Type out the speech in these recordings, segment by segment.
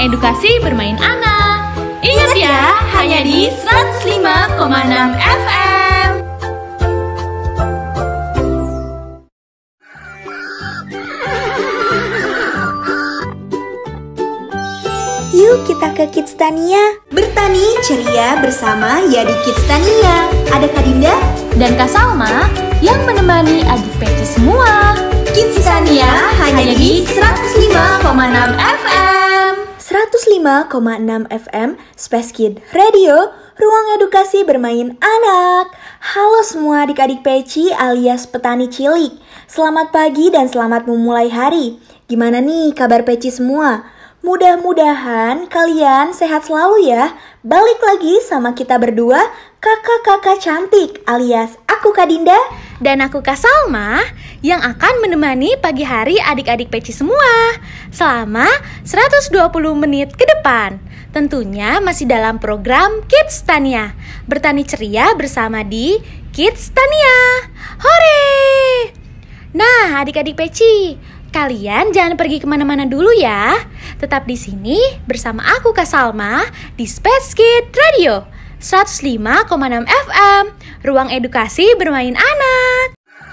edukasi bermain anak. Ingat ya, hanya di 105,6 FM. Yuk kita ke Kidstania. Bertani ceria bersama Yadi Kidstania. Ada Kak Dinda Dan Kak Salma yang menemani adik Peci semua. Kidstania hanya di 105,6 FM. 105,6 FM Space Kid Radio, ruang edukasi bermain anak. Halo semua adik-adik Peci alias petani cilik. Selamat pagi dan selamat memulai hari. Gimana nih kabar Peci semua? Mudah-mudahan kalian sehat selalu ya. Balik lagi sama kita berdua, kakak-kakak cantik alias aku Kak Dinda Dan aku Kak Salma yang akan menemani pagi hari adik-adik Peci semua selama 120 menit ke depan. Tentunya masih dalam program Kidstania. Bertani ceria bersama di Kidstania. Hore! Nah adik-adik Peci, kalian jangan pergi kemana-mana dulu ya. Tetap di sini bersama aku Kak Salma di Space Kid Radio 105,6 FM, ruang edukasi bermain anak.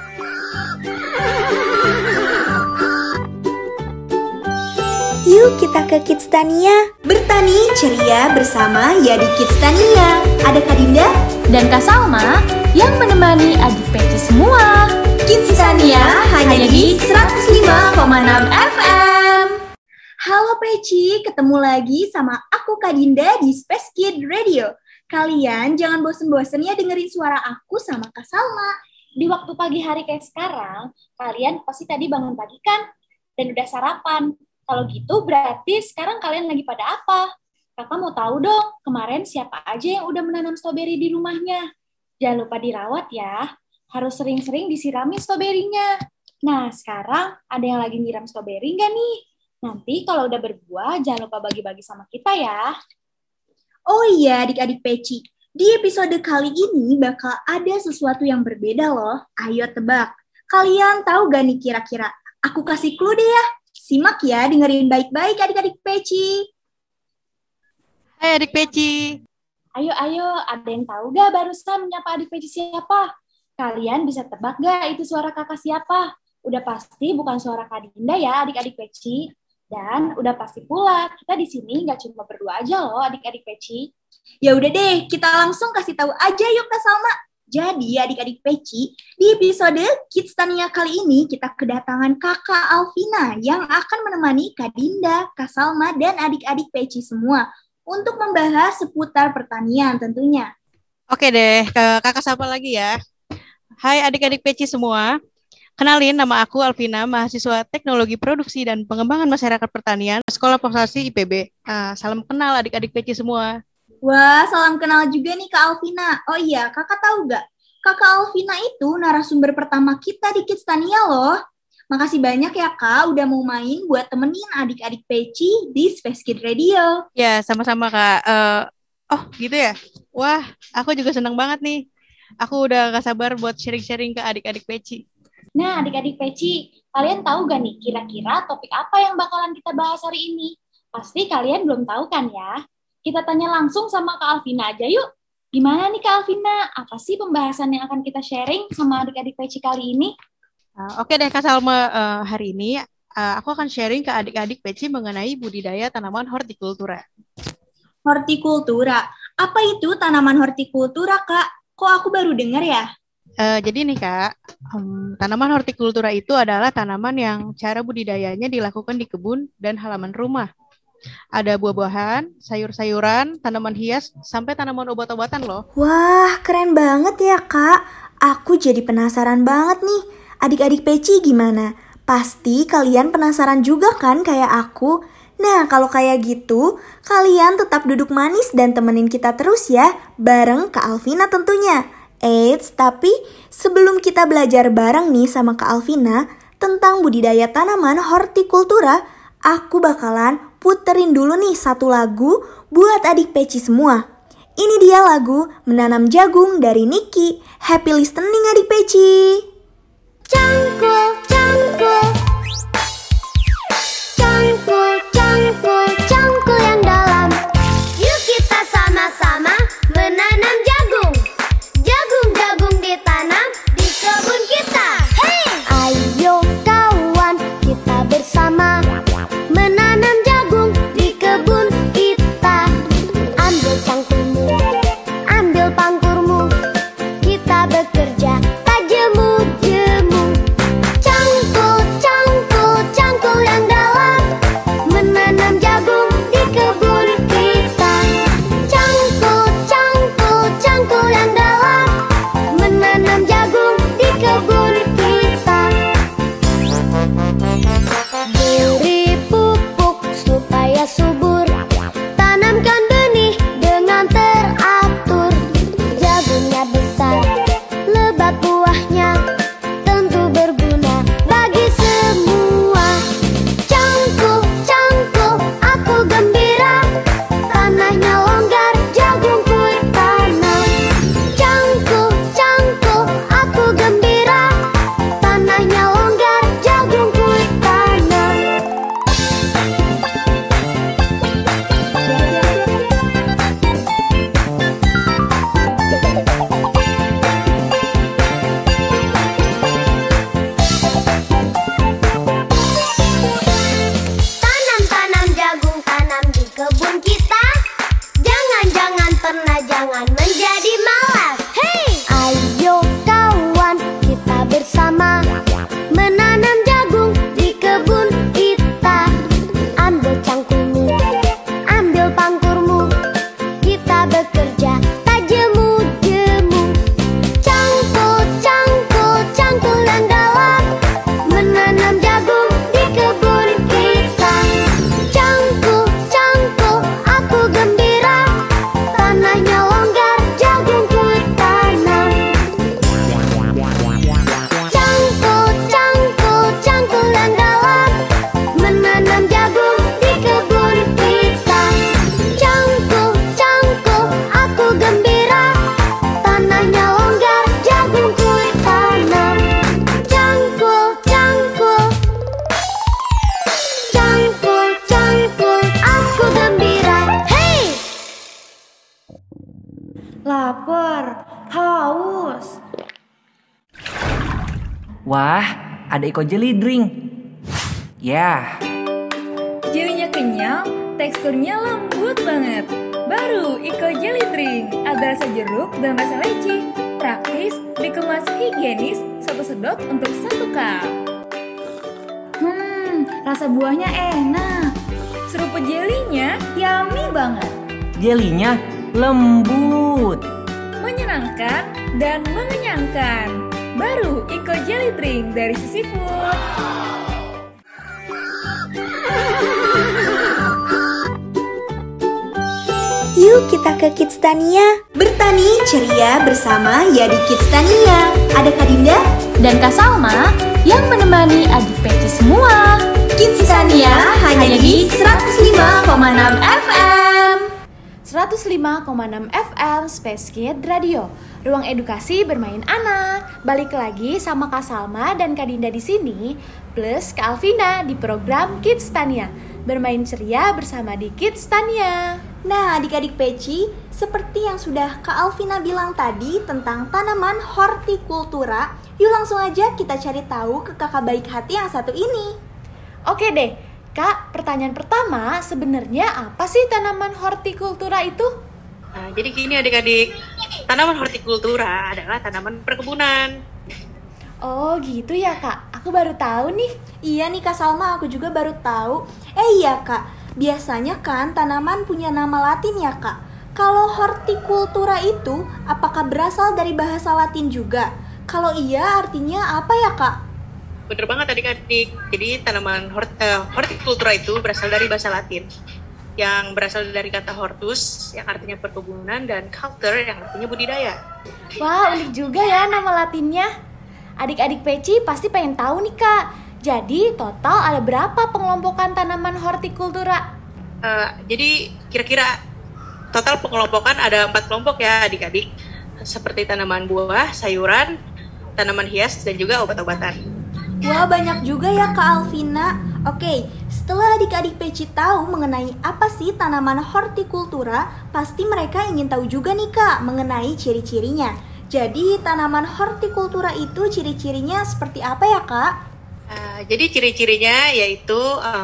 Yuk kita ke Kidstania. Bertani ceria bersama Yadi Kidstania. Ada Kak Dinda Dan Kak Salma yang menemani adik Peci semua. Kidstania hanya di 105,6 FM. Halo Peci, ketemu lagi sama aku Kak Dinda di Space Kid Radio. Kalian jangan bosen-bosen ya dengerin suara aku sama Kak Salma. Di waktu pagi hari kayak sekarang, kalian pasti tadi bangun pagi kan? Dan udah sarapan. Kalau gitu berarti sekarang kalian lagi pada apa? Kakak mau tahu dong, kemarin siapa aja yang udah menanam stroberi di rumahnya? Jangan lupa dirawat ya. Harus sering-sering disiramin stroberinya. Nah, sekarang ada yang lagi nyiram stroberi nggak nih? Nanti kalau udah berbuah, jangan lupa bagi-bagi sama kita ya. Oh iya adik-adik Peci, di episode kali ini bakal ada sesuatu yang berbeda loh. Ayo tebak, kalian tahu gak nih kira-kira? Aku kasih clue deh ya. Simak ya, dengerin baik-baik adik-adik Peci. Hai adik Peci. Ayo, ada yang tahu gak barusan menyapa adik Peci siapa? Kalian bisa tebak gak itu suara kakak siapa? Udah pasti bukan suara Kak Dinda ya adik-adik Peci. Dan udah pasti pula kita di sini nggak cuma berdua aja loh adik-adik Peci. Ya udah deh, kita langsung kasih tahu aja yuk Kak Salma. Jadi adik-adik Peci, di episode Kidstania kali ini kita kedatangan Kakak Alvina yang akan menemani Kak Dinda, Kak Salma, dan adik-adik Peci semua untuk membahas seputar pertanian tentunya. Oke deh, ke kakak siapa lagi ya? Hai adik-adik Peci semua. Kenalin, nama aku Alvina, mahasiswa Teknologi Produksi dan Pengembangan Masyarakat Pertanian, Sekolah Vokasi IPB. Salam kenal adik-adik Peci semua. Wah, salam kenal juga nih Kak Alvina. Oh iya, kakak tahu gak? Kakak Alvina itu narasumber pertama kita di Kidstania loh. Makasih banyak ya Kak, udah mau main buat temenin adik-adik Peci di Space Kid Radio. Ya, sama-sama Kak. Oh, gitu ya? Wah, aku juga senang banget nih. Aku udah gak sabar buat sharing-sharing ke adik-adik Peci. Nah adik-adik Peci, kalian tahu gak nih kira-kira topik apa yang bakalan kita bahas hari ini? Pasti kalian belum tahu kan ya? Kita tanya langsung sama Kak Alvina aja yuk. Gimana nih Kak Alvina? Apa sih pembahasan yang akan kita sharing sama adik-adik Peci kali ini? Oke deh Kak Salma, hari ini aku akan sharing ke adik-adik Peci mengenai budidaya tanaman hortikultura. Hortikultura? Apa itu tanaman hortikultura Kak? Kok aku baru dengar ya? Jadi nih Kak, tanaman hortikultura itu adalah tanaman yang cara budidayanya dilakukan di kebun dan halaman rumah. Ada buah-buahan, sayur-sayuran, tanaman hias, sampai tanaman obat-obatan loh. Wah, keren banget ya Kak. Aku jadi penasaran banget nih. Adik-adik Peci gimana? Pasti kalian penasaran juga kan kayak aku? Nah, kalau kayak gitu, kalian tetap duduk manis dan temenin kita terus ya, bareng Kak Alvina tentunya. Eits, tapi sebelum kita belajar bareng nih sama Kak Alvina tentang budidaya tanaman hortikultura, aku bakalan puterin dulu nih satu lagu buat adik Peci semua. Ini dia lagu Menanam Jagung dari Niki. Happy listening adik Peci. Cangkul, cangkul, cangkul, cangkul, cangkul yang besar. Lebat buahnya tentu berguna bagi semua. Cangkul, cangkul, aku gembira. Tanahnya longgar, jagungku tanam. Cangkul, cangkul, aku gembira. Tanahnya longgar, jagungku tanam. Tanam-tanam jagung, tanam di kebun kita. Jangan-jangan pernah jangan menjadi malas. Hey! Ayo kawan, kita bersama menanam jagung di kebun kita. Ambil cangkulmu, ambil pangkurmu, kita bekerja tak jemu-jemu. Cangkul, cangkul, cangkul yang dalam, menanam jagung di kebun kita. Cangkul, cangkul, aku gembira. Tanahnya longgar, jagungku tanam. Cangkul, cangkul, cangkul yang dalam, menanam jagung di kebun kita. Cangkul, cangkul, aku gembira. Tanahnya longgar, jagungku tanam. Cangkul, cangkul, cangkul, cangkul, aku gembira. Hey! Lapar, haus. Wah, ada Iko Jelly Drink. Ya, Jelinya kenyal, teksturnya lembut banget. Baru Iko Jelly Drink, ada rasa jeruk dan rasa leci. Praktis, dikemas higienis, satu sedot untuk satu cup. Rasa buahnya enak. Seruput jelinya yummy banget. jelinya lembut. Menyenangkan dan mengenyangkan. Baru Iko Jelly Drink dari Sisi Food. Yuk kita ke Kidstania. Bertani ceria bersama Yadi Kidstania. Ada Kak Dinda Dan Kak Salma yang menemani adik peci semua. Kidstania hanya di 105,6 FM. 105,6 FM Space Kid Radio. Ruang edukasi bermain anak. Balik lagi sama Kak Salma dan Kak Dinda di sini, plus Kak Alvina di program Kidstania. Bermain ceria bersama di Kidstania. Nah, adik-adik peci, seperti yang sudah Kak Alvina bilang tadi tentang tanaman hortikultura, yuk langsung aja kita cari tahu ke kakak baik hati yang satu ini. Oke deh, Kak, pertanyaan pertama, sebenarnya apa sih tanaman hortikultura itu? Nah, jadi gini adik-adik, tanaman hortikultura adalah tanaman perkebunan. Oh gitu ya Kak, aku baru tahu nih. Iya nih Kak Salma, aku juga baru tahu. Iya Kak, biasanya kan tanaman punya nama Latin ya Kak. Kalau hortikultura itu, apakah berasal dari bahasa Latin juga? Kalau iya, artinya apa ya Kak? Bener banget adik-adik, jadi tanaman hortikultura itu berasal dari bahasa Latin, yang berasal dari kata hortus, yang artinya perkebunan, dan culture, yang artinya budidaya. Wah, unik juga ya nama Latinnya. Adik-adik peci pasti pengen tahu nih Kak. Jadi total ada berapa pengelompokan tanaman hortikultura? Jadi kira-kira total pengelompokan ada 4 kelompok ya adik-adik, seperti tanaman buah, sayuran, tanaman hias, dan juga obat-obatan. Wah, banyak juga ya Kak Alvina. Oke, setelah adik-adik peci tahu mengenai apa sih tanaman hortikultura, pasti mereka ingin tahu juga nih Kak mengenai ciri-cirinya. Jadi tanaman hortikultura itu ciri-cirinya seperti apa ya Kak? Jadi ciri-cirinya yaitu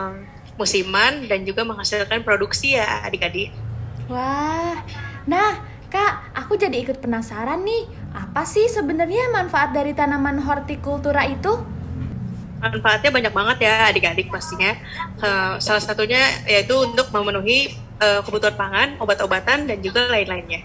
musiman dan juga menghasilkan produksi ya adik-adik. Wah, nah Kak, aku jadi ikut penasaran nih. Apa sih sebenarnya manfaat dari tanaman hortikultura itu? Manfaatnya banyak banget ya adik-adik pastinya. Salah satunya yaitu untuk memenuhi kebutuhan pangan, obat-obatan, dan juga lain-lainnya.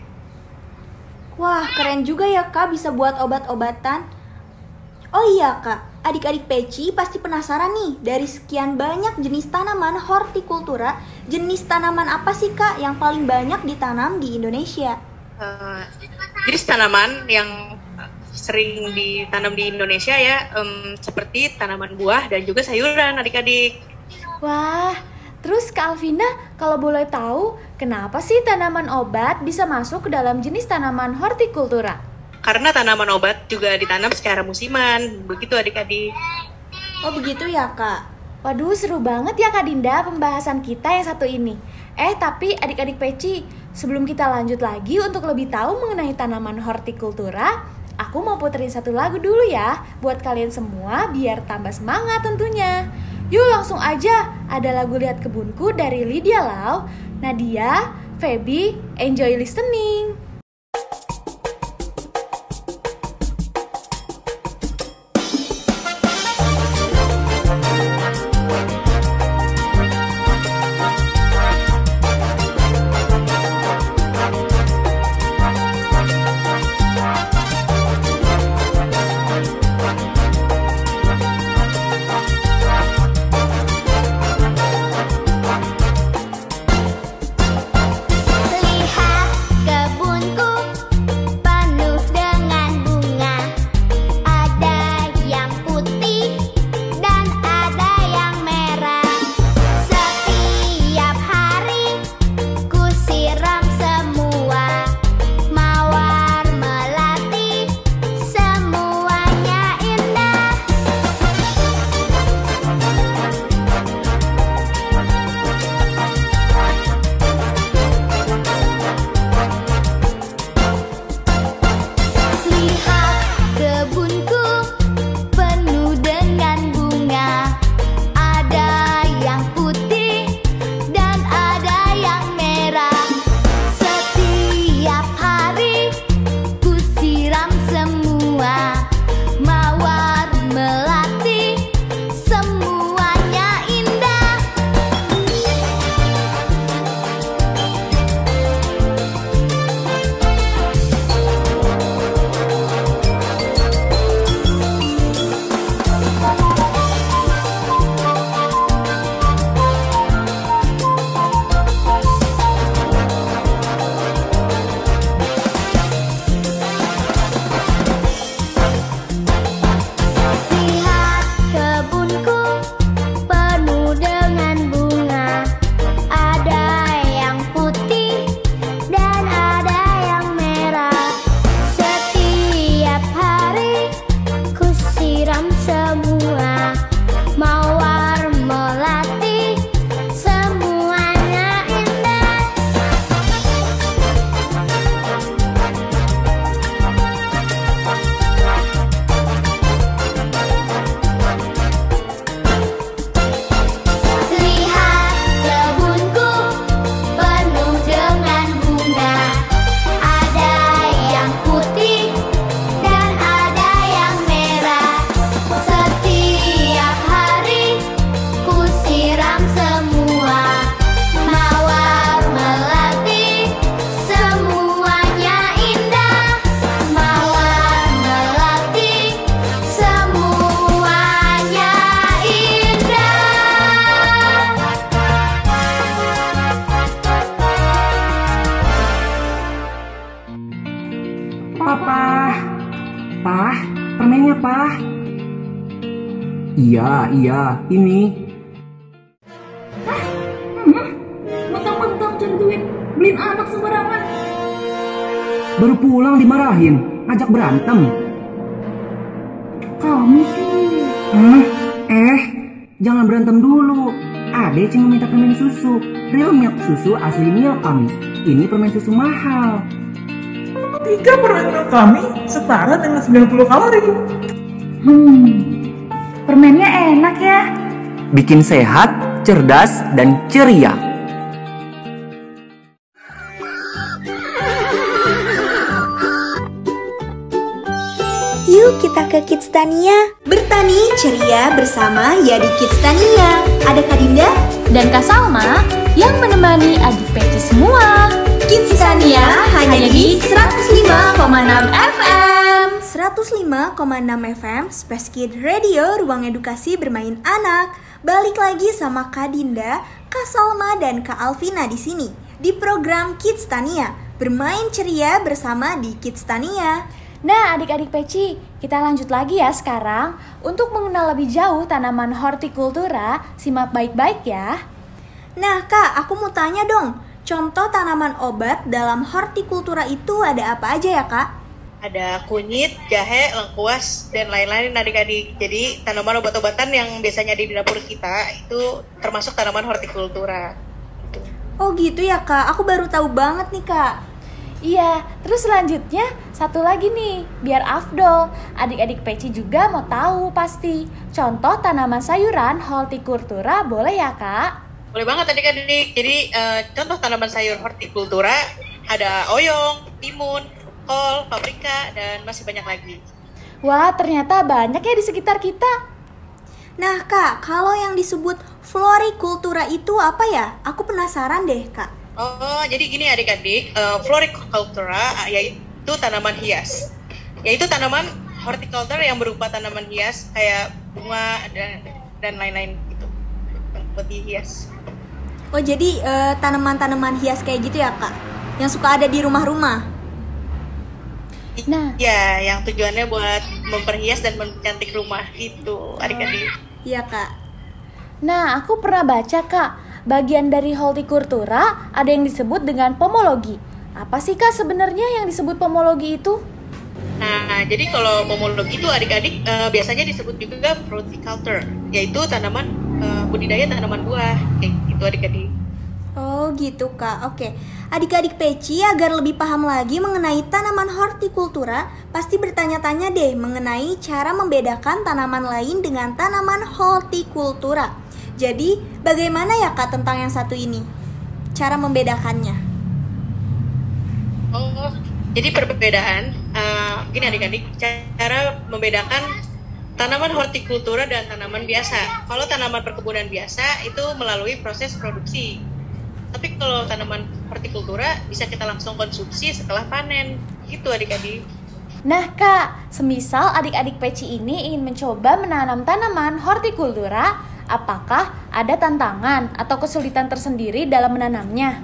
Wah, keren juga ya Kak bisa buat obat-obatan. Oh iya Kak, adik-adik peci pasti penasaran nih, dari sekian banyak jenis tanaman hortikultura, jenis tanaman apa sih Kak yang paling banyak ditanam di Indonesia? jenis tanaman yang sering ditanam di Indonesia ya, seperti tanaman buah dan juga sayuran adik-adik. Wah, terus Kak Alvina, kalau boleh tahu, kenapa sih tanaman obat bisa masuk ke dalam jenis tanaman hortikultura? Karena tanaman obat juga ditanam secara musiman, begitu adik-adik. Oh begitu ya Kak? Waduh, seru banget ya Kak Dinda pembahasan kita yang satu ini. Tapi adik-adik Peci, sebelum kita lanjut lagi untuk lebih tahu mengenai tanaman hortikultura, aku mau puterin satu lagu dulu ya, buat kalian semua biar tambah semangat tentunya. Yuk langsung aja, ada lagu Lihat Kebunku dari Lydia Lau, Nadia, Feby, enjoy listening. permennya, Pak. Iya, ini. Mentang-mentang cari duit, beliin anak sembarangan. Baru pulang dimarahin, ngajak berantem. Kamu sih. Jangan berantem dulu. Ade cuma minta permen susu. Real milk susu asli milk kami. Ini permen susu mahal. 3 permen milk kami setara dengan 90 kalori. Permennya enak ya. Bikin sehat, cerdas, dan ceria. Yuk kita ke Kidstania. Bertani ceria bersama Yadi Kidstania. Ada Kak Dinda dan Kak Salma yang menemani adik Peci semua. Kidstania hanya di 105,6 FM. 105,6 FM Space Kid Radio, ruang edukasi bermain anak. Balik lagi sama Kak Dinda, Kak Salma, dan Kak Alvina di sini di program Kidstania. bermain ceria bersama di Kids Tania. Nah, adik-adik Peci, kita lanjut lagi ya sekarang. Untuk mengenal lebih jauh tanaman hortikultura, simak baik-baik ya. Nah Kak, aku mau tanya dong, contoh tanaman obat dalam hortikultura itu ada apa aja ya Kak? Ada kunyit, jahe, lengkuas, dan lain-lain adik-adik. Jadi tanaman obat-obatan yang biasanya di dapur kita itu termasuk tanaman hortikultura. Oh gitu ya Kak, aku baru tahu banget nih Kak. Iya, terus selanjutnya satu lagi nih, biar afdol. Adik-adik Peci juga mau tahu pasti. Contoh tanaman sayuran hortikultura boleh ya Kak? Boleh banget adik-adik. Jadi contoh tanaman sayur hortikultura ada oyong, timun, kol, paprika, dan masih banyak lagi. Wah, ternyata banyak ya di sekitar kita. Nah Kak, kalau yang disebut florikultura itu apa ya? Aku penasaran deh Kak. Oh, jadi gini adik-adik, floricultura yaitu tanaman hias. Yaitu tanaman horticulture yang berupa tanaman hias kayak bunga dan lain-lain gitu. Buat dihias. Oh jadi tanaman-tanaman hias kayak gitu ya Kak? Yang suka ada di rumah-rumah? Nah, ya, yang tujuannya buat memperhias dan mempercantik rumah itu adik-adik. Iya Kak. Nah, aku pernah baca Kak, bagian dari hortikultura ada yang disebut dengan pomologi. Apa sih Kak sebenarnya yang disebut pomologi itu? Nah, jadi kalau pomologi itu adik-adik biasanya disebut juga fruticulture, yaitu tanaman budidaya tanaman buah, kayak gitu adik-adik. Oh gitu Kak, oke. Adik-adik Peci agar lebih paham lagi mengenai tanaman hortikultura, pasti bertanya-tanya deh mengenai cara membedakan tanaman lain dengan tanaman hortikultura. Jadi, bagaimana ya Kak tentang yang satu ini? Cara membedakannya? Oh, jadi perbedaan, gini adik-adik, cara membedakan tanaman hortikultura dan tanaman biasa. Kalau tanaman perkebunan biasa itu melalui proses produksi. Tapi kalau tanaman hortikultura bisa kita langsung konsumsi setelah panen. Gitu adik-adik. Nah Kak, semisal adik-adik Peci ini ingin mencoba menanam tanaman hortikultura, apakah ada tantangan atau kesulitan tersendiri dalam menanamnya?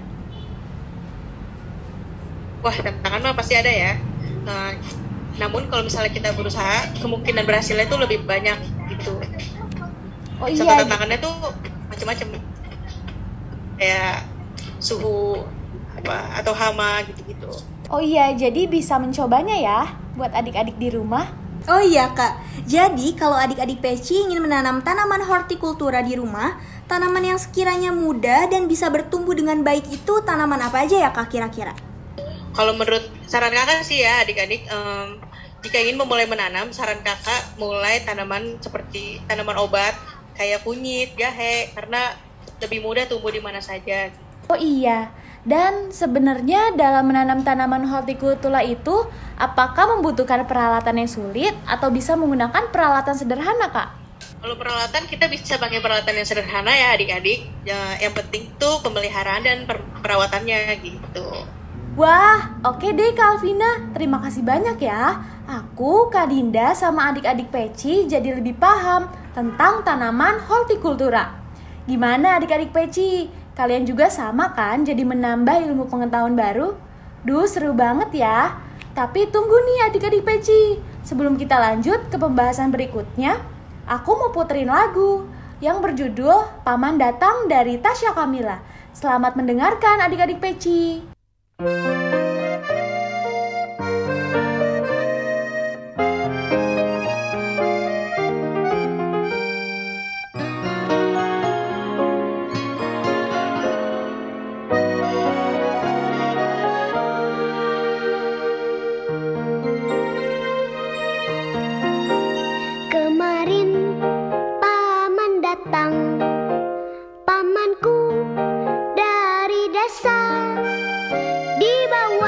Wah, tantangan mah pasti ada ya. Namun kalau misalnya kita berusaha, kemungkinan berhasilnya itu lebih banyak gitu. Oh Contoh iya. tantangannya tuh macam-macam. Kayak suhu atau hama gitu-gitu. Oh iya, jadi bisa mencobanya ya buat adik-adik di rumah. Oh iya Kak, jadi kalau adik-adik Peci ingin menanam tanaman hortikultura di rumah, tanaman yang sekiranya mudah dan bisa bertumbuh dengan baik itu tanaman apa aja ya Kak kira-kira? Kalau menurut saran kakak sih ya adik-adik, jika ingin memulai menanam, saran kakak mulai tanaman seperti tanaman obat kayak kunyit, jahe, karena lebih mudah tumbuh di mana saja. Oh iya, dan sebenarnya dalam menanam tanaman hortikultura itu, apakah membutuhkan peralatan yang sulit atau bisa menggunakan peralatan sederhana Kak? Kalau peralatan kita bisa pakai peralatan yang sederhana ya adik-adik. Yang penting tuh pemeliharaan dan perawatannya gitu. Wah, oke deh Kak Alvina, terima kasih banyak ya. Aku, Kak Dinda, sama adik-adik Peci jadi lebih paham tentang tanaman hortikultura. Gimana adik-adik Peci? Kalian juga sama kan jadi menambah ilmu pengetahuan baru? Duh, seru banget ya. Tapi tunggu nih adik-adik Peci. Sebelum kita lanjut ke pembahasan berikutnya, aku mau puterin lagu yang berjudul Paman Datang dari Tasya Kamila. Selamat mendengarkan adik-adik Peci. Kemarin paman datang, pamanku dari desa, dibawa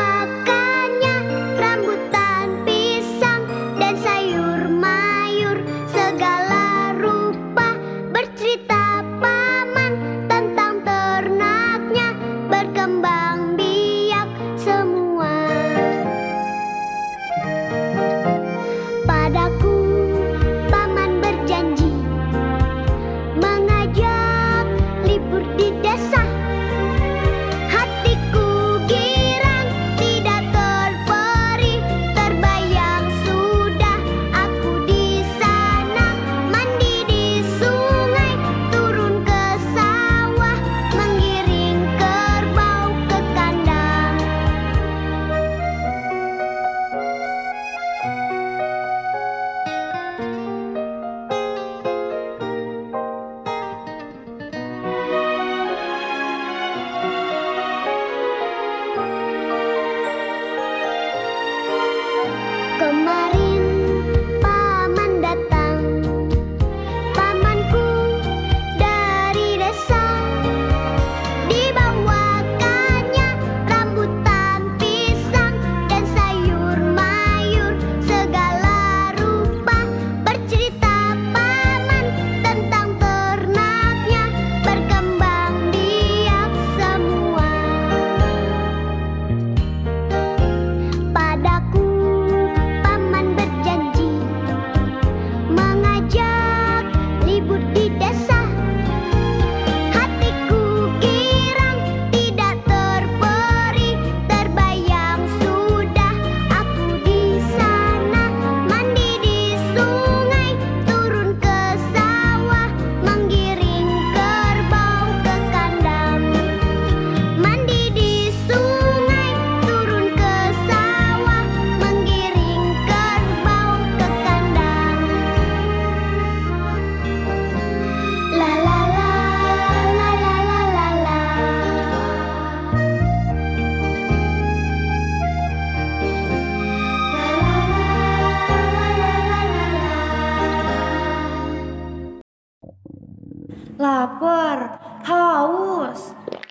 Lapar, haus.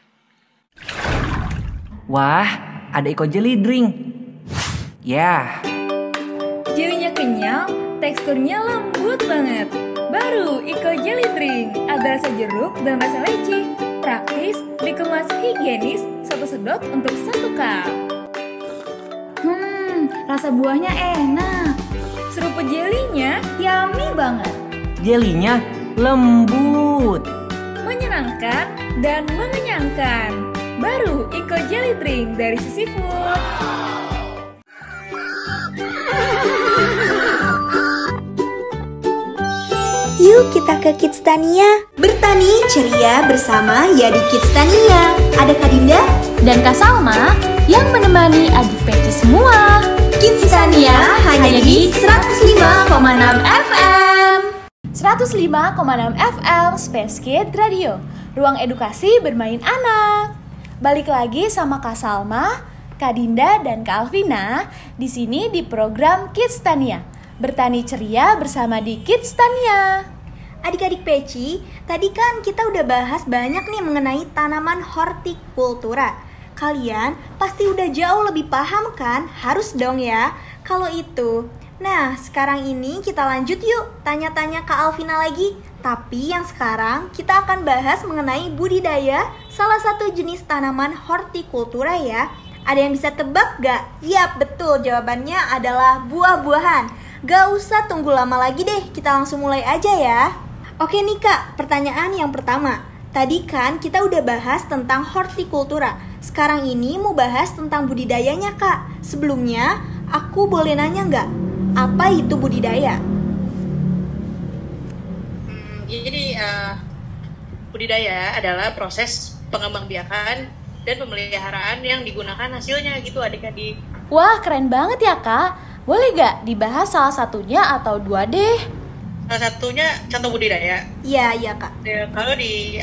Wah, ada Iko Jelly Drink. Yah, Jelinya kenyal, teksturnya lembut banget. Baru Iko Jelly Drink, ada rasa jeruk dan rasa leci. Praktis, dikemas higienis, satu sedot untuk satu cup. Rasa buahnya enak. Seruput jelinya yummy banget. jelinya lembut. Menyenangkan dan mengenyangkan. Baru Iko Jelly Drink dari Sisi Food. Yuk kita ke Kidstania. Bertani ceria bersama Yadi Kidstania. Ada Kak Dinda Dan Kak Salma yang menemani adik peci semua. Kidstania hanya di 105,6 FM. 105,6 FM Space Kid Radio, ruang edukasi bermain anak. Balik lagi sama Kak Salma, Kak Dinda, dan Kak Alvina di sini di program Kidstania. Bertani ceria bersama di Kidstania. Adik-adik peci, tadi kan kita udah bahas banyak nih mengenai tanaman hortikultura. Kalian pasti udah jauh lebih paham kan? Harus dong ya kalau itu. Nah, sekarang ini kita lanjut yuk tanya-tanya Kak Alvina lagi. Tapi yang sekarang kita akan bahas mengenai budidaya salah satu jenis tanaman hortikultura ya. Ada yang bisa tebak gak? Yap, betul, jawabannya adalah buah-buahan. Gak usah tunggu lama lagi deh, kita langsung mulai aja ya. Oke nih Kak, pertanyaan yang pertama. Tadi kan kita udah bahas tentang hortikultura. Sekarang ini mau bahas tentang budidayanya Kak. Sebelumnya, aku boleh nanya nggak? Apa itu budidaya? Jadi budidaya adalah proses pengembangbiakan dan pemeliharaan yang digunakan hasilnya gitu adik-adik. Wah, keren banget ya Kak. Boleh gak dibahas salah satunya atau dua deh? Salah satunya contoh budidaya. Iya Kak. Kalau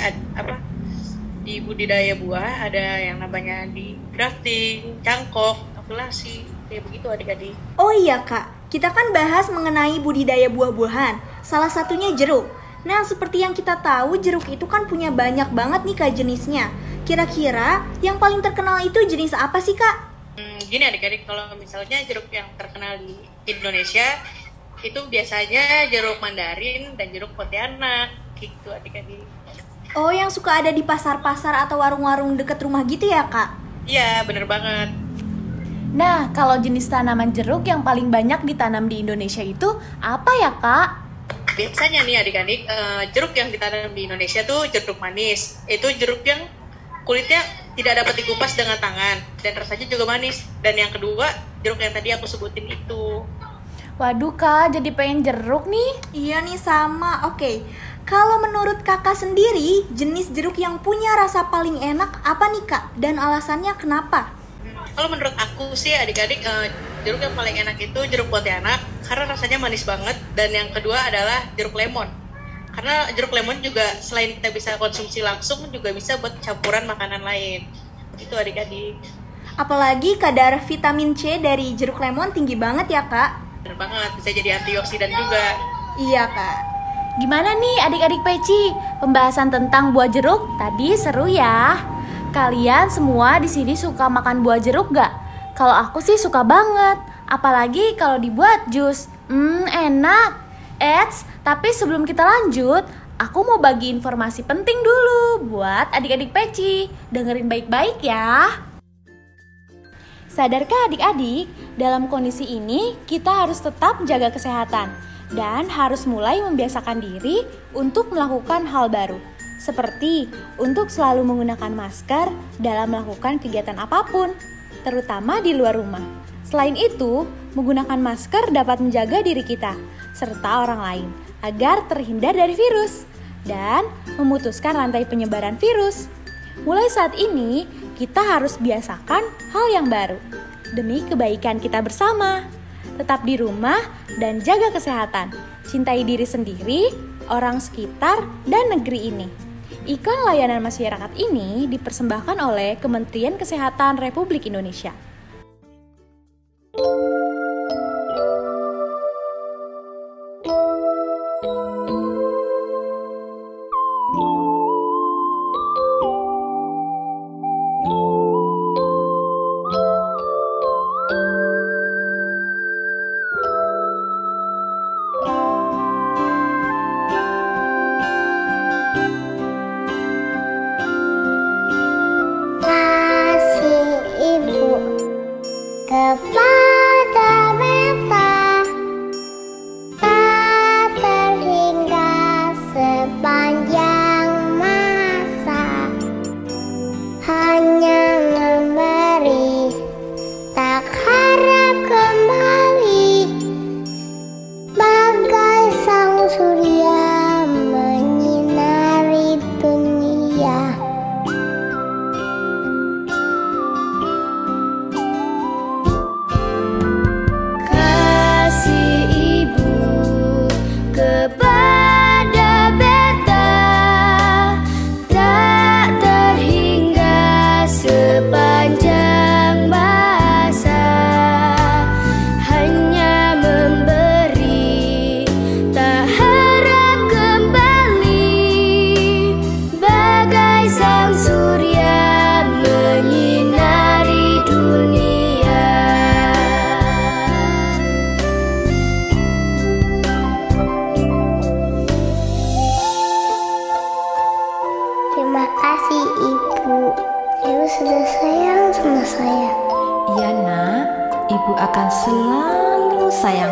di budidaya buah ada yang namanya di grafting, cangkok, okulasi, kayak begitu adik-adik. Oh iya Kak, kita kan bahas mengenai budidaya buah-buahan. Salah satunya jeruk. Nah, seperti yang kita tahu, jeruk itu kan punya banyak banget nih Kak jenisnya. Kira-kira yang paling terkenal itu jenis apa sih Kak? Gini adik-adik, kalau misalnya jeruk yang terkenal di Indonesia itu biasanya jeruk mandarin dan jeruk pontianak gitu adik-adik. Oh, yang suka ada di pasar-pasar atau warung-warung deket rumah gitu ya Kak? Iya, bener banget. Nah, kalau jenis tanaman jeruk yang paling banyak ditanam di Indonesia itu apa ya Kak? Biasanya nih adik-adik, jeruk yang ditanam di Indonesia tuh jeruk manis. Itu jeruk yang kulitnya tidak dapat dikupas dengan tangan dan rasanya juga manis. Dan yang kedua, jeruk yang tadi aku sebutin itu. Waduh Kak, jadi pengen jeruk nih. Iya nih sama. Oke. Kalau menurut Kakak sendiri, jenis jeruk yang punya rasa paling enak apa nih Kak? Dan alasannya kenapa? Kalau menurut aku sih adik-adik, jeruk yang paling enak itu jeruk pontianak karena rasanya manis banget. Dan yang kedua adalah jeruk lemon. Karena jeruk lemon juga selain kita bisa konsumsi langsung, juga bisa buat campuran makanan lain. Itu adik-adik. Apalagi kadar vitamin C dari jeruk lemon tinggi banget ya Kak? Bener banget, bisa jadi antioksidan juga. Iya Kak. Gimana nih adik-adik peci? Pembahasan tentang buah jeruk tadi seru ya. Kalian semua di sini suka makan buah jeruk gak? Kalau aku sih suka banget. Apalagi kalau dibuat jus. Enak. Eits, tapi sebelum kita lanjut, aku mau bagi informasi penting dulu buat adik-adik peci. Dengerin baik-baik ya. Sadarkah adik-adik, dalam kondisi ini kita harus tetap jaga kesehatan dan harus mulai membiasakan diri untuk melakukan hal baru. Seperti untuk selalu menggunakan masker dalam melakukan kegiatan apapun, terutama di luar rumah. Selain itu, menggunakan masker dapat menjaga diri kita serta orang lain agar terhindar dari virus dan memutuskan rantai penyebaran virus. Mulai saat ini, kita harus biasakan hal yang baru demi kebaikan kita bersama. Tetap di rumah dan jaga kesehatan. Cintai diri sendiri, orang sekitar, dan negeri ini. Iklan layanan masyarakat ini dipersembahkan oleh Kementerian Kesehatan Republik Indonesia.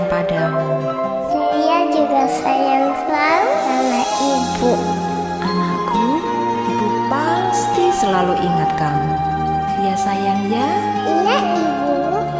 padamu. Saya juga sayang selalu sama ibu. Anakku, ibu pasti selalu ingat kamu. Ya sayang ya. Iya ibu.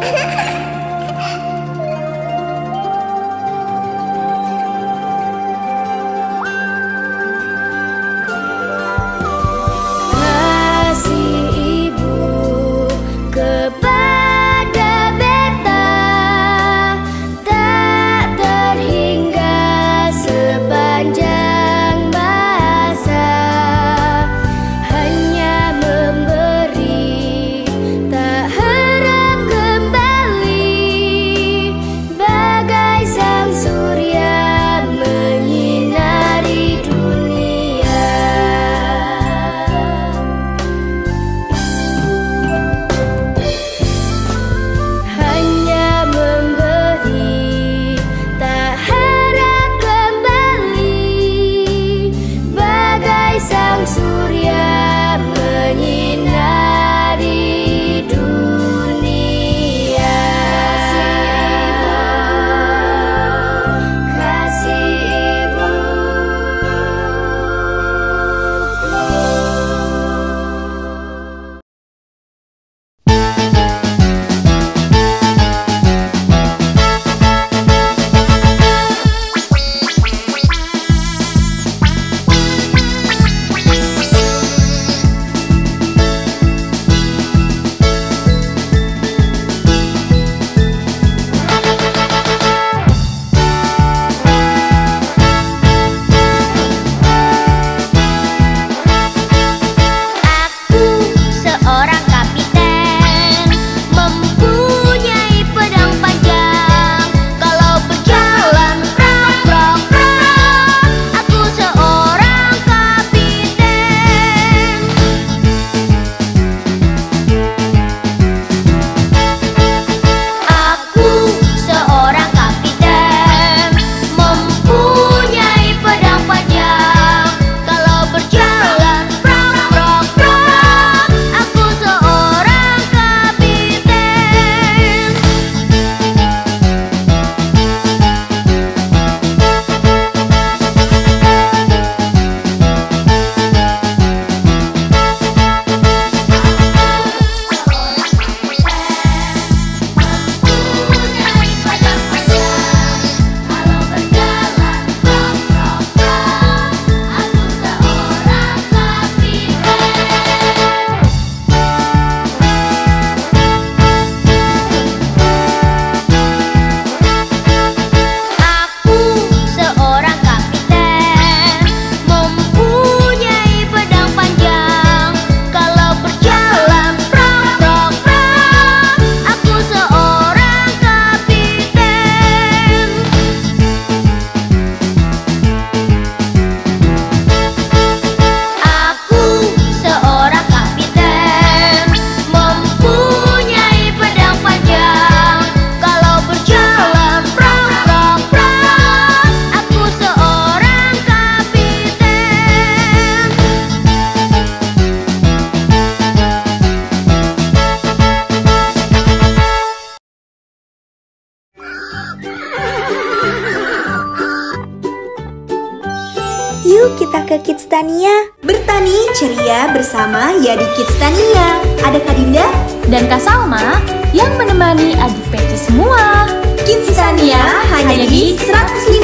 Yuk kita ke Kidstania. Bertani ceria bersama Yadi Kidstania. Ada Kak Dinda dan Kak Salma yang menemani adik Peci semua. Kidstania hanya di 105,6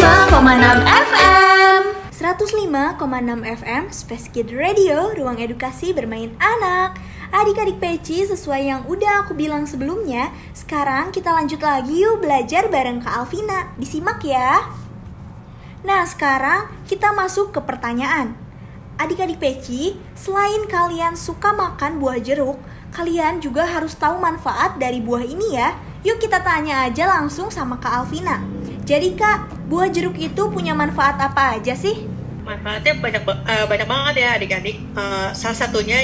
FM. 105,6 FM Space Kid Radio, ruang edukasi bermain anak. Adik-adik Peci, sesuai yang udah aku bilang sebelumnya, sekarang kita lanjut lagi yuk belajar bareng Kak Alvina. Disimak ya. Nah, sekarang kita masuk ke pertanyaan. Adik-adik Peci, selain kalian suka makan buah jeruk, kalian juga harus tahu manfaat dari buah ini ya. Yuk kita tanya aja langsung sama Kak Alvina. Jadi Kak, buah jeruk itu punya manfaat apa aja sih? Manfaatnya banyak banget ya adik-adik. Salah satunya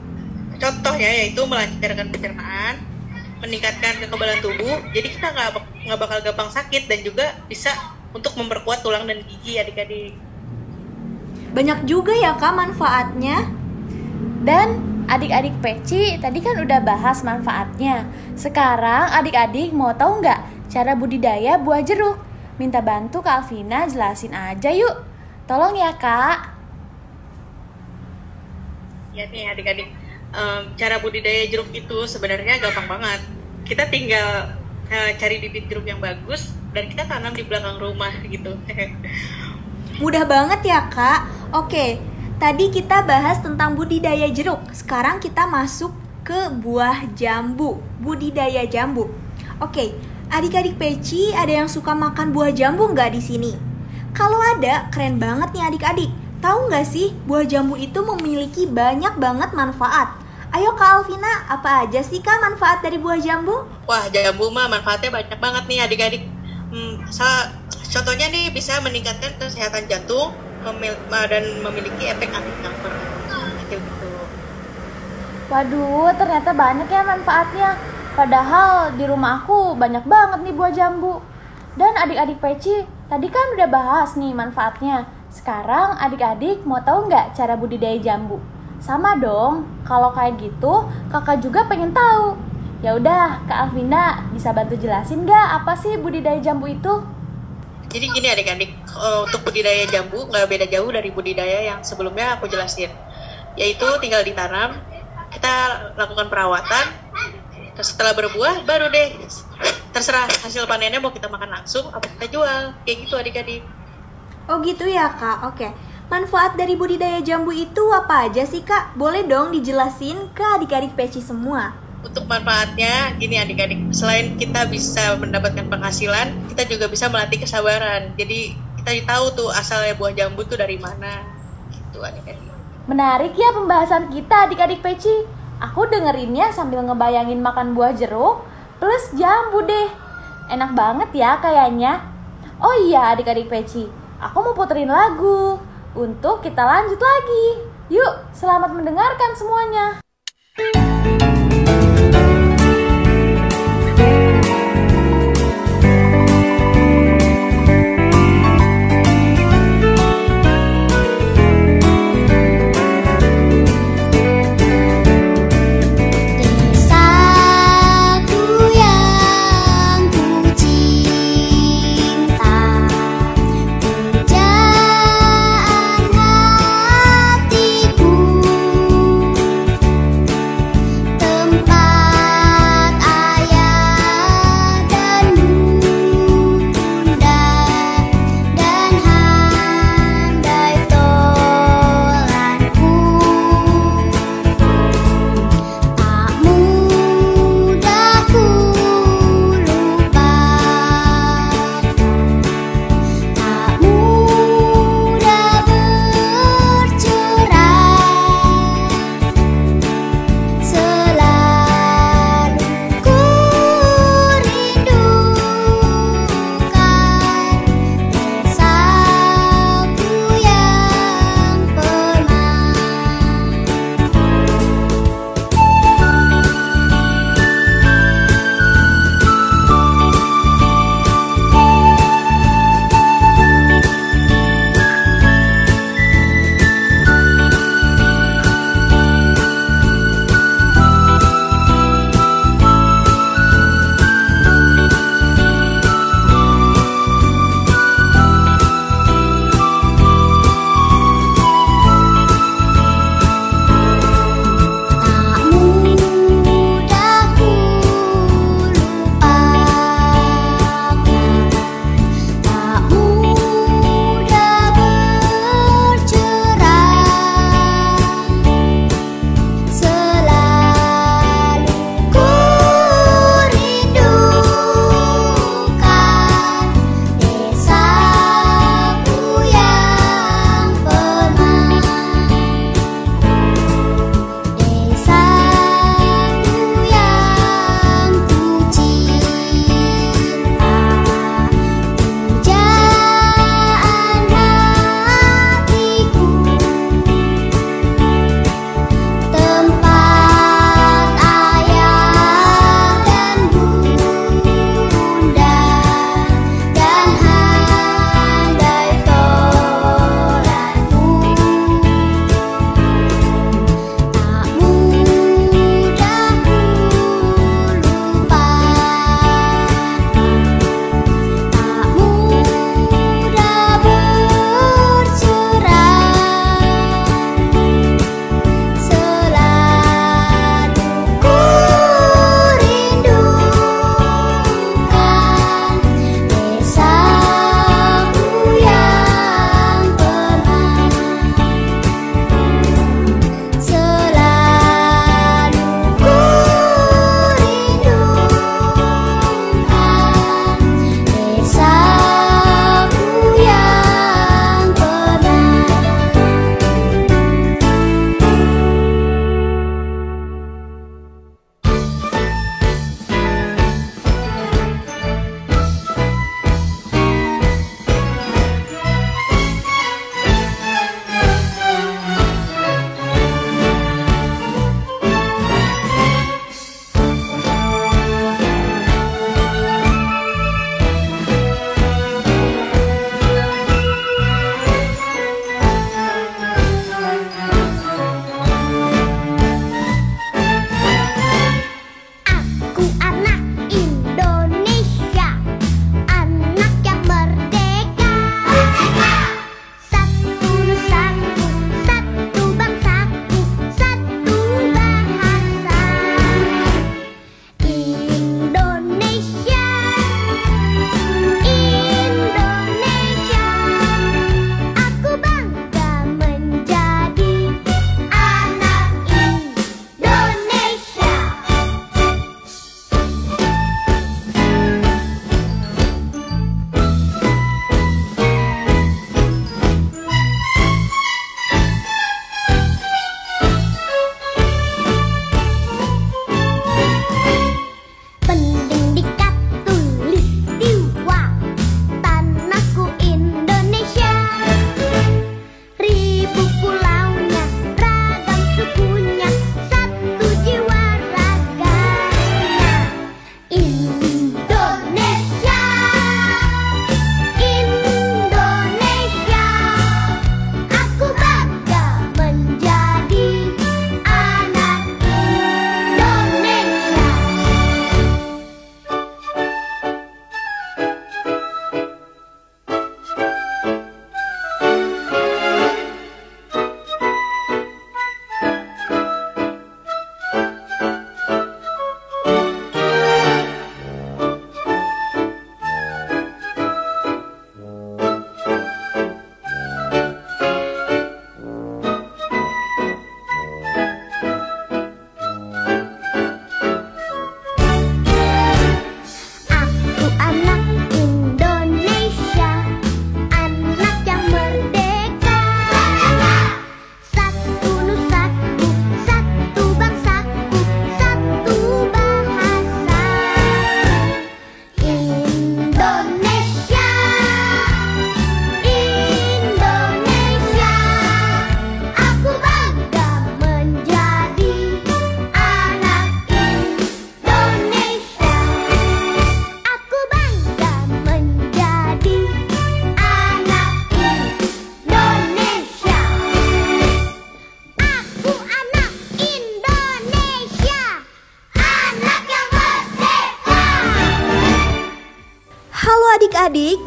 yaitu melancarkan pencernaan, meningkatkan kekebalan tubuh. Jadi kita nggak bakal gampang sakit dan juga bisa untuk memperkuat tulang dan gigi adik-adik. Banyak juga ya Kak manfaatnya. Dan adik-adik Peci tadi kan udah bahas manfaatnya. Sekarang adik-adik mau tahu nggak cara budidaya buah jeruk. Minta bantu Kak Alvina jelasin aja yuk. Tolong ya Kak. Ya nih adik-adik, cara budidaya jeruk itu sebenarnya gampang banget. Kita tinggal cari bibit jeruk yang bagus dan kita tanam di belakang rumah gitu. Mudah banget ya Kak. Oke, tadi kita bahas tentang budidaya jeruk. Sekarang kita masuk ke buah jambu, budidaya jambu. Oke, adik-adik Peci ada yang suka makan buah jambu nggak di sini? Kalau ada, keren banget nih adik-adik. Tahu nggak sih, buah jambu itu memiliki banyak banget manfaat. Ayo Kak Alvina, apa aja sih Kak manfaat dari buah jambu? Wah, jambu mah manfaatnya banyak banget nih adik-adik. Contohnya nih bisa meningkatkan kesehatan jantung dan memiliki efek anti-kanker. Gitu. Waduh, ternyata banyak ya manfaatnya. Padahal di rumah aku banyak banget nih buah jambu. Dan adik-adik Peci, tadi kan udah bahas nih manfaatnya. Sekarang adik-adik mau tahu nggak cara budidaya jambu? Sama dong, kalau kayak gitu kakak juga pengen tahu. Ya udah, Kak Alvina bisa bantu jelasin nggak apa sih budidaya jambu itu? Jadi gini adik-adik, untuk budidaya jambu nggak beda jauh dari budidaya yang sebelumnya aku jelasin. Yaitu tinggal ditanam, kita lakukan perawatan, terus setelah berbuah baru deh terserah hasil panennya mau kita makan langsung atau kita jual. Kayak gitu adik-adik. Oh gitu ya Kak, oke. Manfaat dari budidaya jambu itu apa aja sih Kak? Boleh dong dijelasin ke adik-adik Peci semua. Untuk manfaatnya, gini adik-adik, selain kita bisa mendapatkan penghasilan, kita juga bisa melatih kesabaran. Jadi kita tahu tuh asalnya buah jambu tuh dari mana. Gitu adik-adik. Menarik ya pembahasan kita adik-adik Peci. Aku dengerinnya sambil ngebayangin makan buah jeruk plus jambu deh. Enak banget ya kayaknya. Oh iya adik-adik Peci, aku mau puterin lagu untuk kita lanjut lagi. Yuk, selamat mendengarkan semuanya. Hatiku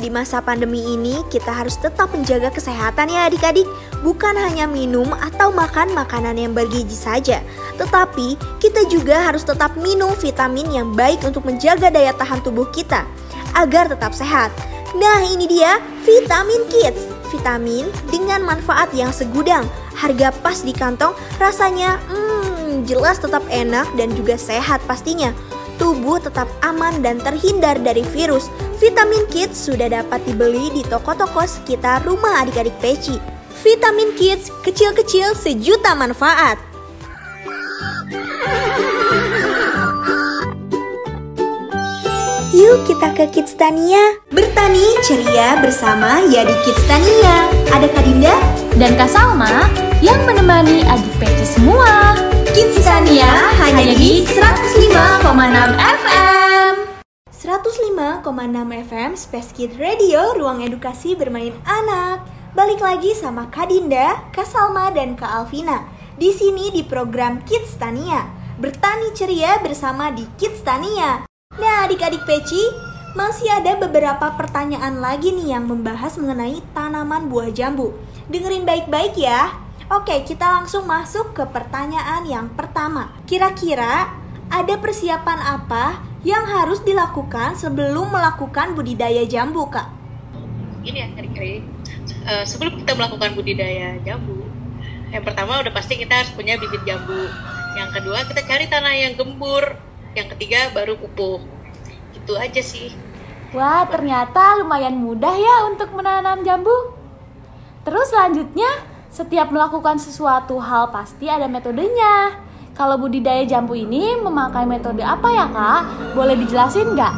di masa pandemi ini kita harus tetap menjaga kesehatan ya adik-adik. Bukan hanya minum atau makan makanan yang bergizi saja, tetapi kita juga harus tetap minum vitamin yang baik untuk menjaga daya tahan tubuh kita agar tetap sehat. Nah ini dia Vitamin Kids, vitamin dengan manfaat yang segudang, harga pas di kantong, rasanya jelas tetap enak dan juga sehat pastinya. Tubuh tetap aman dan terhindar dari virus. Vitamin Kids sudah dapat dibeli di toko-toko sekitar rumah adik-adik Peci. Vitamin Kids, kecil-kecil sejuta manfaat. Yuk kita ke Kidstania, bertani ceria bersama Yadi Kidstania. Ada Kak Dinda dan Kak Salma yang menemani adik Peci semua. Kidstania hanya di 105,6 FM. 105,6 FM Space Kid Radio, ruang edukasi bermain anak. Balik lagi sama Kak Dinda, Kak Salma, dan Kak Alvina. Di sini di program Kidstania, bertani ceria bersama di Kidstania. Nah adik-adik Peci, masih ada beberapa pertanyaan lagi nih yang membahas mengenai tanaman buah jambu. Dengerin baik-baik ya. Oke, kita langsung masuk ke pertanyaan yang pertama. Kira-kira ada persiapan apa yang harus dilakukan sebelum melakukan budidaya jambu, Kak? Ini ya adik-adik, sebelum kita melakukan budidaya jambu, yang pertama udah pasti kita harus punya bibit jambu. Yang kedua kita cari tanah yang gembur. Yang ketiga baru pupuk. Itu aja sih. Wah, ternyata lumayan mudah ya untuk menanam jambu. Terus selanjutnya, setiap melakukan sesuatu hal pasti ada metodenya. Kalau budidaya jambu ini memakai metode apa ya Kak? Boleh dijelasin nggak?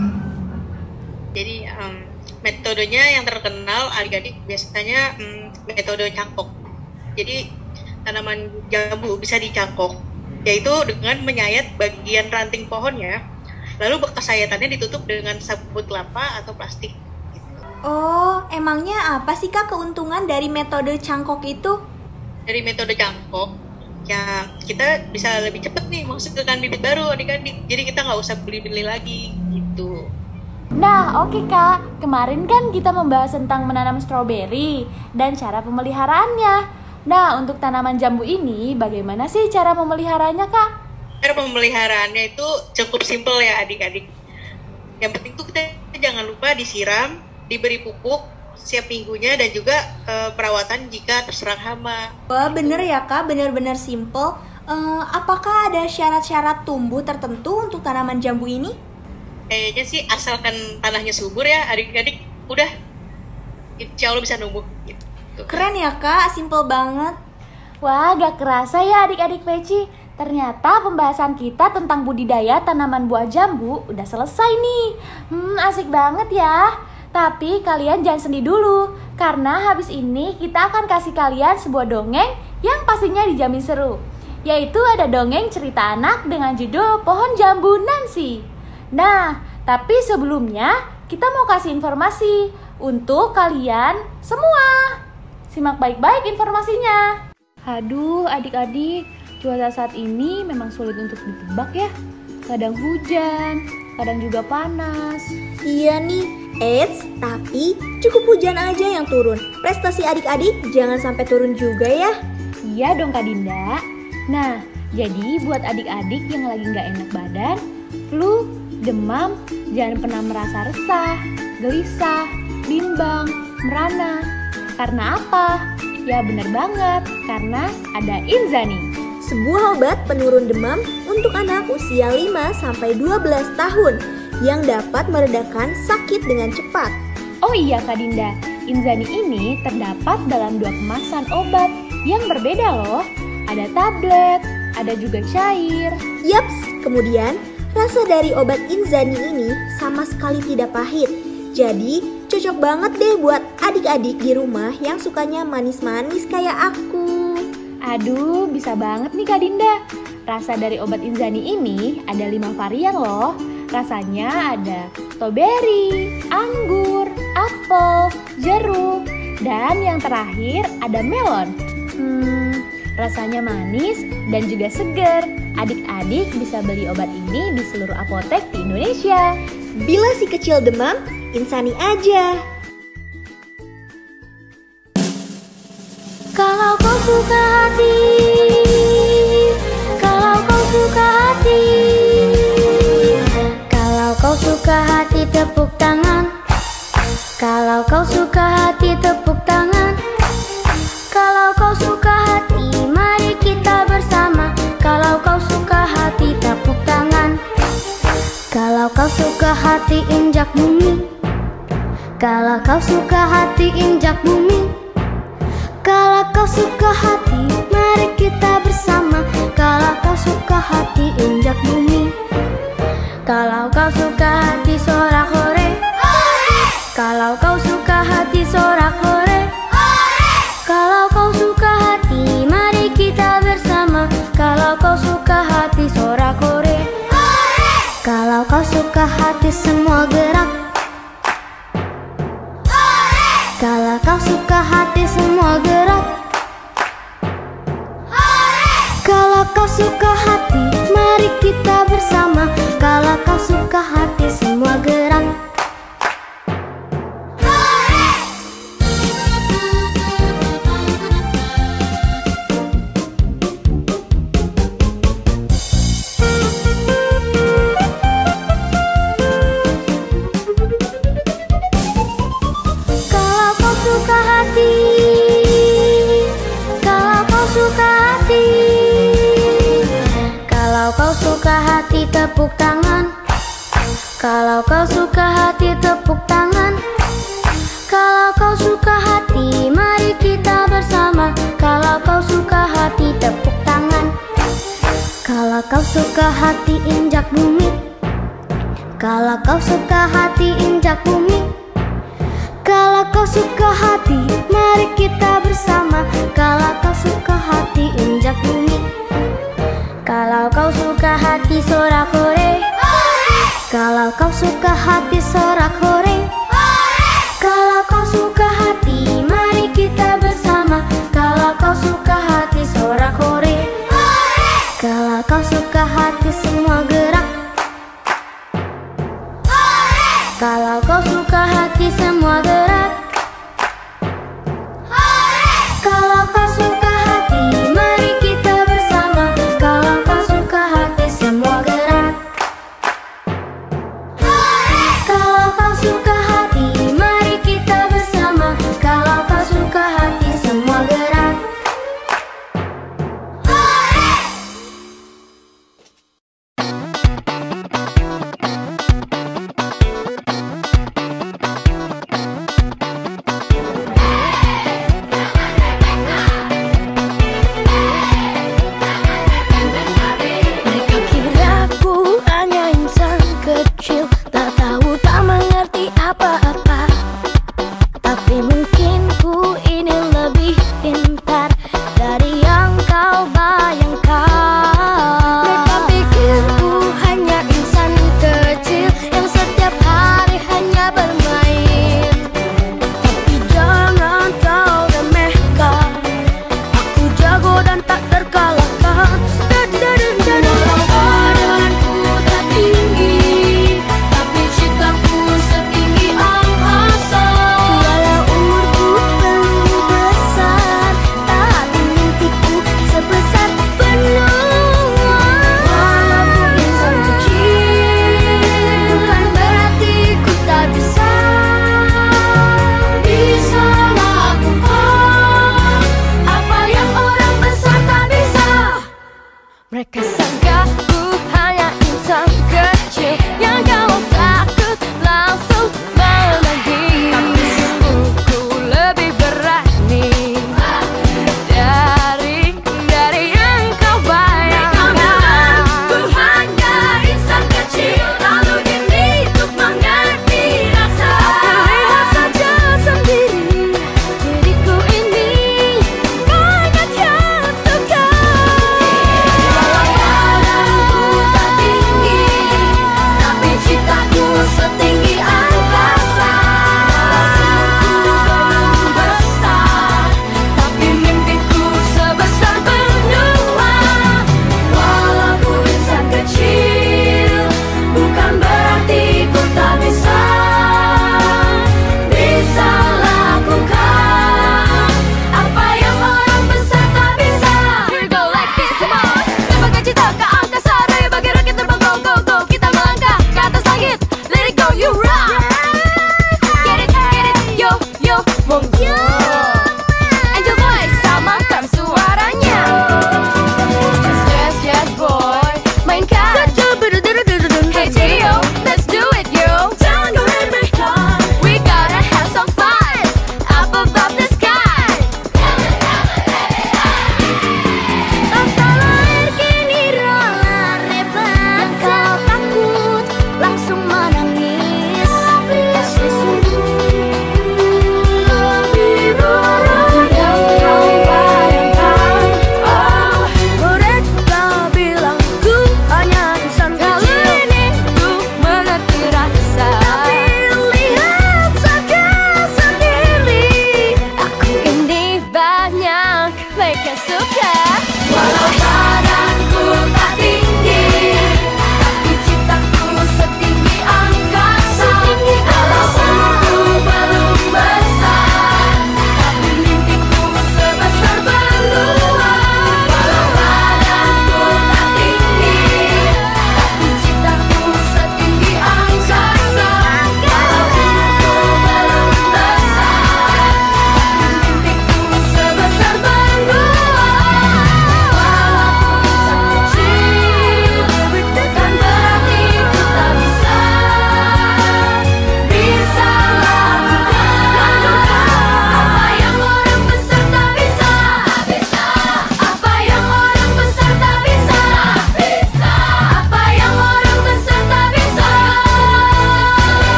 Jadi metodenya yang terkenal adik-adik biasanya metode cangkok. Jadi tanaman jambu bisa dicangkok, yaitu dengan menyayat bagian ranting pohonnya, lalu bekas sayatannya ditutup dengan sabut kelapa atau plastik. Oh, emangnya apa sih Kak keuntungan dari metode cangkok itu? Dari metode cangkok, ya kita bisa lebih cepat nih menghasilkan bibit baru adik-adik. Jadi kita nggak usah beli-beli lagi gitu. Nah, oke Kak. Kemarin kan kita membahas tentang menanam stroberi dan cara pemeliharaannya. Nah, untuk tanaman jambu ini bagaimana sih cara memeliharanya Kak? Cara pemeliharaannya itu cukup simpel ya adik-adik. Yang penting tuh kita jangan lupa disiram, diberi pupuk setiap minggunya, dan juga perawatan jika terserang hama. Wah bener ya Kak, bener-bener simple. Apakah ada syarat-syarat tumbuh tertentu untuk tanaman jambu ini? Kayaknya sih asalkan tanahnya subur ya adik-adik, udah insya Allah bisa numbuh gitu. Keren ya Kak, simple banget. Wah gak kerasa ya adik-adik Peci, ternyata pembahasan kita tentang budidaya tanaman buah jambu udah selesai nih. Asik banget ya. Tapi kalian jangan sedih dulu, karena habis ini kita akan kasih kalian sebuah dongeng yang pastinya dijamin seru. Yaitu ada dongeng cerita anak dengan judul Pohon Jambu Nancy. Nah, tapi sebelumnya kita mau kasih informasi untuk kalian semua. Simak baik-baik informasinya. Aduh adik-adik, cuaca saat ini memang sulit untuk ditebak ya. Kadang hujan, kadang juga panas. Iya nih. Tapi cukup hujan aja yang turun. Prestasi adik-adik jangan sampai turun juga ya. Iya dong Kak Dinda. Nah, jadi buat adik-adik yang lagi gak enak badan, flu, demam, jangan pernah merasa resah, gelisah, bimbang, merana. Karena apa? Ya bener banget, karena ada Inzani, sebuah obat penurun demam untuk anak usia 5-12 tahun yang dapat meredakan sakit dengan cepat. Oh iya Kak Dinda, Inzani ini terdapat dalam 2 kemasan obat yang berbeda loh. Ada tablet, ada juga cair. Yaps, kemudian rasa dari obat Inzani ini sama sekali tidak pahit. Jadi cocok banget deh buat adik-adik di rumah yang sukanya manis-manis kayak aku. Aduh, bisa banget nih Kak Dinda. Rasa dari obat Inzani ini ada 5 varian loh. Rasanya ada strawberry, anggur, apel, jeruk, dan yang terakhir ada melon. Rasanya manis dan juga segar. Adik-adik bisa beli obat ini di seluruh apotek di Indonesia. Bila si kecil demam, insani aja. Kalau kau suka hati, kalau kau suka hati, kalau kau suka hati tepuk tangan. Kalau kau suka hati tepuk tangan. Kalau kau suka hati mari kita bersama. Kalau kau suka hati tepuk tangan. Kalau kau suka hati injak bumi. Kalau kau suka hati injak bumi. Kalau kau suka hati mari kita bersama. Kalau kau suka hati injak bumi. Kalau kau suka hati sorak-hore. Kalau kau suka hati sorak-hore. Kalau kau suka hati mari kita bersama. Kalau kau suka hati sorak-hore. Kalau kau suka hati semua gerak. Kalau kau suka hati semua gerak. Kalau kau suka hati mari kita bersama. Kalau kau suka hati semua gerak. Tepuk tangan. Kalau kau suka hati tepuk tangan. Kalau kau suka hati mari kita bersama. Kalau kau suka hati tepuk tangan. Kalau kau suka hati injak bumi. Kalau kau suka hati injak bumi. Kalau kau suka hati mari kita bersama. Kalau kau suka hati injak bumi. Kalau kau suka hati sorak-hore. Kalau kau suka hati sorak-hore. Kalau kau suka hati mari kita bersama. Kalau kau suka hati sorak-hore. Kalau kau suka hati semua gerak. Kalau kau suka hati semua gerak. Kalau kau suka hati mari kita bersama. Kalau kau suka hati semua gerak. Kalau kau suka hati mari kita bersama. Kalau kau suka hati semua gerak. Mereka kira aku hanya insan kecil, tak tahu tak mengerti apa-apa. Tapi mungkin ku ini lebih pintar dari yang kau bayangkan. Mereka pikir ku hanya insan kecil yang setiap hari hanya bermain. Tapi jangan kau remehkan, aku jago dan tak terkalahkan. Walau badanku tak tinggi, tapi cintaku setinggi angkasa. Walau umurku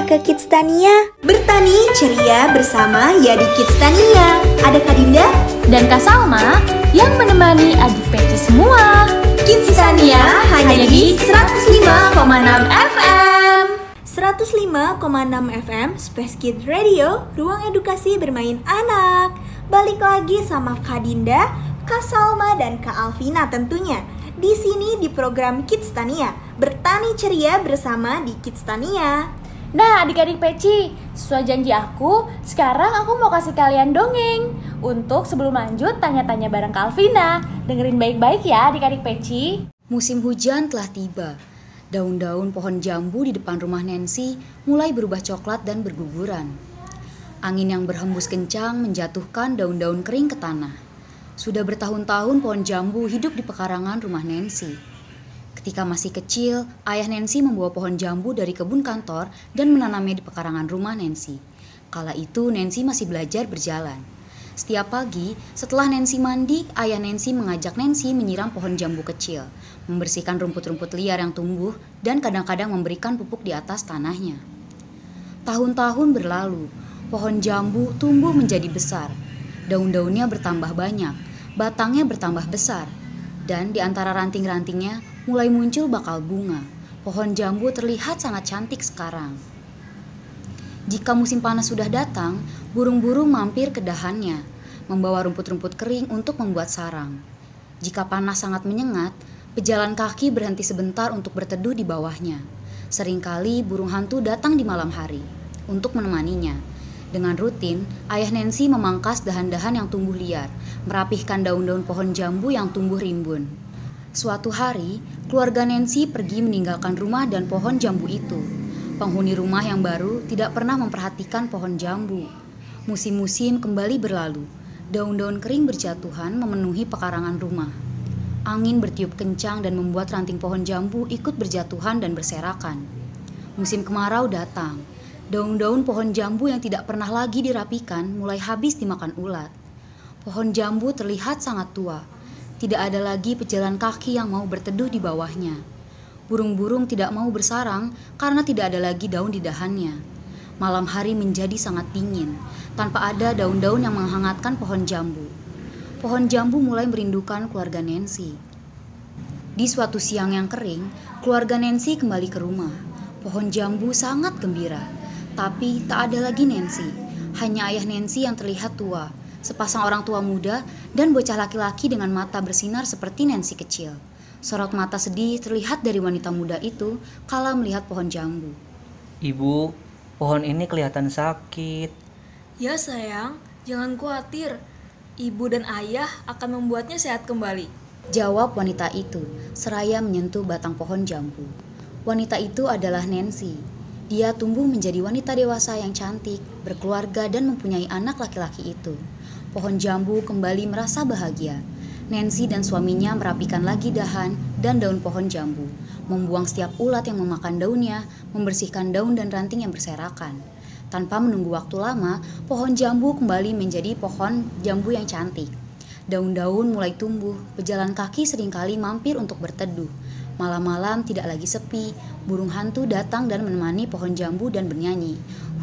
ke Kids Tania. Bertani ceria bersama ya di Kids Tania. Ada Kak Dinda dan Kak Salma yang menemani adik peci semua. Kids Tania hanya di 105,6 FM. 105,6 FM Space Kid Radio, ruang edukasi bermain anak. Balik lagi sama Kak Dinda, Kak Salma, dan Kak Alvina tentunya. Di sini di program Kids Tania, bertani ceria bersama di Kids Tania. Nah, adik-adik peci, sesuai janji aku, sekarang aku mau kasih kalian dongeng. Untuk sebelum lanjut, tanya-tanya bareng Kak Alvina. Dengerin baik-baik ya adik-adik peci. Musim hujan telah tiba. Daun-daun pohon jambu di depan rumah Nancy mulai berubah coklat dan berguguran. Angin yang berhembus kencang menjatuhkan daun-daun kering ke tanah. Sudah bertahun-tahun pohon jambu hidup di pekarangan rumah Nancy. Ketika masih kecil, ayah Nancy membawa pohon jambu dari kebun kantor dan menanamnya di pekarangan rumah Nancy. Kala itu Nancy masih belajar berjalan. Setiap pagi, setelah Nancy mandi, ayah Nancy mengajak Nancy menyiram pohon jambu kecil, membersihkan rumput-rumput liar yang tumbuh, dan kadang-kadang memberikan pupuk di atas tanahnya. Tahun-tahun berlalu, pohon jambu tumbuh menjadi besar. Daun-daunnya bertambah banyak, batangnya bertambah besar, dan di antara ranting-rantingnya mulai muncul bakal bunga. Pohon jambu terlihat sangat cantik sekarang. Jika musim panas sudah datang, burung-burung mampir ke dahannya, membawa rumput-rumput kering untuk membuat sarang. Jika panas sangat menyengat, pejalan kaki berhenti sebentar untuk berteduh di bawahnya. Seringkali burung hantu datang di malam hari untuk menemaninya. Dengan rutin, ayah Nancy memangkas dahan-dahan yang tumbuh liar, merapihkan daun-daun pohon jambu yang tumbuh rimbun. Suatu hari, keluarga Nancy pergi meninggalkan rumah dan pohon jambu itu. Penghuni rumah yang baru tidak pernah memperhatikan pohon jambu. Musim-musim kembali berlalu, daun-daun kering berjatuhan memenuhi pekarangan rumah. Angin bertiup kencang dan membuat ranting pohon jambu ikut berjatuhan dan berserakan. Musim kemarau datang. Daun-daun pohon jambu yang tidak pernah lagi dirapikan mulai habis dimakan ulat. Pohon jambu terlihat sangat tua. Tidak ada lagi pejalan kaki yang mau berteduh di bawahnya. Burung-burung tidak mau bersarang karena tidak ada lagi daun di dahannya. Malam hari menjadi sangat dingin, tanpa ada daun-daun yang menghangatkan pohon jambu. Pohon jambu mulai merindukan keluarga Nancy. Di suatu siang yang kering, keluarga Nancy kembali ke rumah. Pohon jambu sangat gembira. Tapi tak ada lagi Nancy, hanya ayah Nancy yang terlihat tua, sepasang orang tua muda, dan bocah laki-laki dengan mata bersinar seperti Nancy kecil. Sorot mata sedih terlihat dari wanita muda itu kala melihat pohon jambu. Ibu, pohon ini kelihatan sakit. Ya sayang, jangan khawatir. Ibu dan ayah akan membuatnya sehat kembali. Jawab wanita itu, seraya menyentuh batang pohon jambu. Wanita itu adalah Nancy. Dia tumbuh menjadi wanita dewasa yang cantik, berkeluarga dan mempunyai anak laki-laki itu. Pohon jambu kembali merasa bahagia. Nancy dan suaminya merapikan lagi dahan dan daun pohon jambu, membuang setiap ulat yang memakan daunnya, membersihkan daun dan ranting yang berserakan. Tanpa menunggu waktu lama, pohon jambu kembali menjadi pohon jambu yang cantik. Daun-daun mulai tumbuh, pejalan kaki seringkali mampir untuk berteduh. Malam-malam tidak lagi sepi, burung hantu datang dan menemani pohon jambu dan bernyanyi.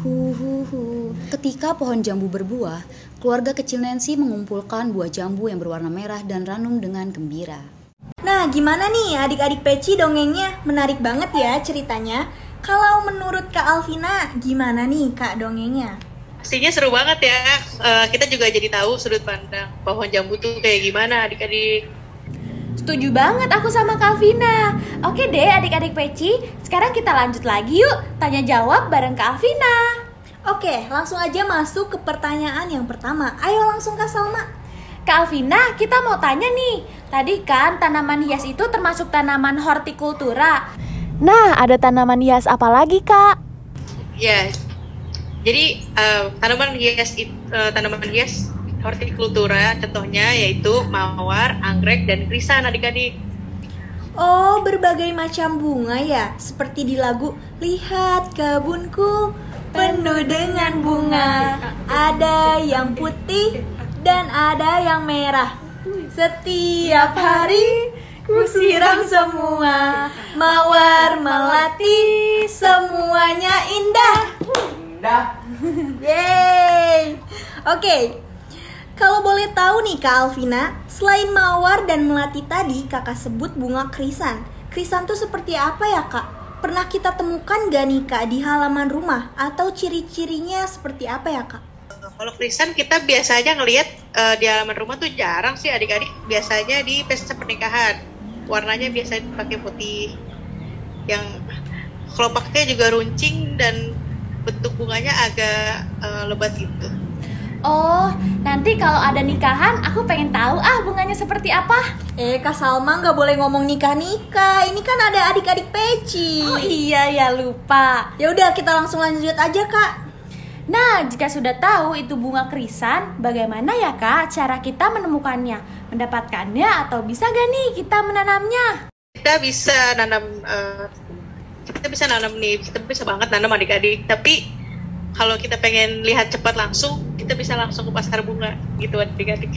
Hu. Ketika pohon jambu berbuah, keluarga kecil Nancy mengumpulkan buah jambu yang berwarna merah dan ranum dengan gembira. Nah, gimana nih adik-adik peci dongengnya? Menarik banget ya ceritanya. Kalau menurut Kak Alvina, gimana nih Kak dongengnya? Pastinya seru banget ya. Kita juga jadi tahu sudut pandang pohon jambu tuh kayak gimana adik-adik. Setuju banget aku sama Kak Alvina. Oke deh adik-adik peci, sekarang kita lanjut lagi yuk tanya jawab bareng Kak Alvina. Oke, langsung aja masuk ke pertanyaan yang pertama. Ayo langsung Kak Salma. Kak Alvina, kita mau tanya nih. Tadi kan tanaman hias itu termasuk tanaman hortikultura. Nah, ada tanaman hias apa lagi Kak? Yes. Jadi tanaman hias hortikultura contohnya yaitu mawar, anggrek, dan krisan adik-adik. Oh, berbagai macam bunga ya, seperti di lagu Lihat kebunku penuh dengan bunga. Ada yang putih dan ada yang merah. Setiap hari Kusiram semua, mawar melati, semuanya indah. Indah. Yeay. Oke. Kalau boleh tahu nih Kak Alvina, selain mawar dan melati tadi kakak sebut bunga krisan. Krisan tuh seperti apa ya Kak? Pernah kita temukan gak nih Kak di halaman rumah? Atau ciri-cirinya seperti apa ya Kak? Kalau krisan kita biasanya ngelihat di halaman rumah tuh jarang sih adik-adik. Biasanya di pesta pernikahan. Warnanya biasanya pakai putih. Yang kelopaknya juga runcing dan bentuk bunganya agak lebat gitu. Oh, nanti kalau ada nikahan, aku pengen tahu bunganya seperti apa. Kak Salma nggak boleh ngomong nikah-nikah. Ini kan ada adik-adik peci. Oh iya ya, lupa. Ya udah kita langsung lanjut aja Kak. Nah, jika sudah tahu itu bunga krisan, bagaimana ya Kak cara kita menemukannya? Mendapatkannya atau bisa gak nih kita menanamnya? Kita bisa nanam nih, kita bisa banget nanam adik-adik. Tapi kalau kita pengen lihat cepat langsung, kita bisa langsung ke pasar bunga gitu adik-adik.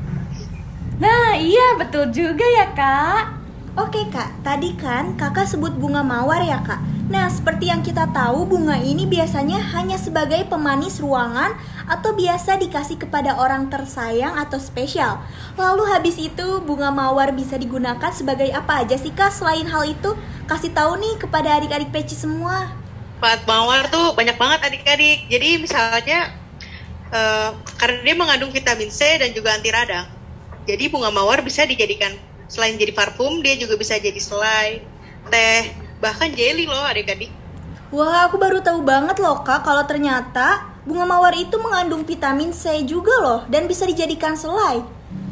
Nah iya betul juga ya Kak. Oke Kak, tadi kan kakak sebut bunga mawar ya Kak. Nah seperti yang kita tahu, bunga ini biasanya hanya sebagai pemanis ruangan atau biasa dikasih kepada orang tersayang atau spesial. Lalu habis itu bunga mawar bisa digunakan sebagai apa aja sih Kak? Selain hal itu, kasih tahu nih kepada adik-adik peci semua. Manfaat mawar tuh banyak banget adik-adik. Jadi misalnya karena dia mengandung vitamin C dan juga anti radang. Jadi bunga mawar bisa dijadikan selain jadi parfum, dia juga bisa jadi selai, teh, bahkan jelly loh adik-adik. Wah, aku baru tahu banget loh Kak kalau ternyata bunga mawar itu mengandung vitamin C juga loh dan bisa dijadikan selai.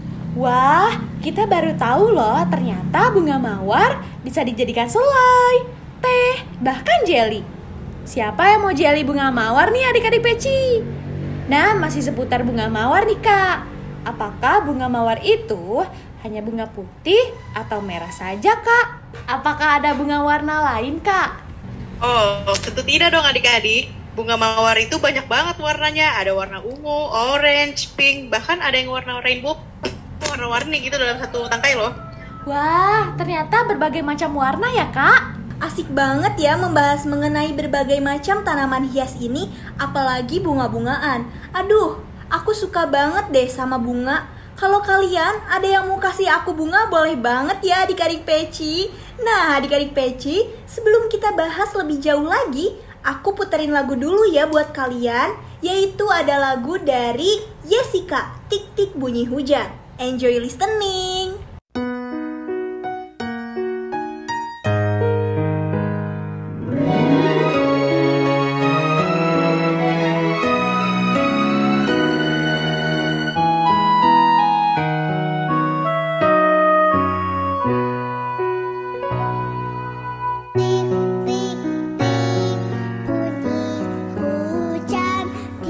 Wah, kita baru tahu loh ternyata bunga mawar bisa dijadikan selai, teh, bahkan jelly. Siapa yang mau jelly bunga mawar nih adik-adik peci? Nah, masih seputar bunga mawar nih Kak. Apakah bunga mawar itu hanya bunga putih atau merah saja Kak? Apakah ada bunga warna lain Kak? Oh, tentu tidak dong adik-adik. Bunga mawar itu banyak banget warnanya. Ada warna ungu, orange, pink, bahkan ada yang warna rainbow, warna-warni gitu dalam satu tangkai loh. Wah, ternyata berbagai macam warna ya Kak? Asik banget ya membahas mengenai berbagai macam tanaman hias ini, apalagi bunga-bungaan. Aduh, aku suka banget deh sama bunga. Kalau kalian ada yang mau kasih aku bunga, boleh banget ya adik-adik peci. Nah adik-adik peci, sebelum kita bahas lebih jauh lagi, aku puterin lagu dulu ya buat kalian. Yaitu ada lagu dari Jessica, Tik Tik Bunyi Hujan. Enjoy listening.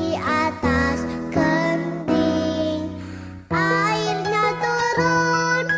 Airnya turun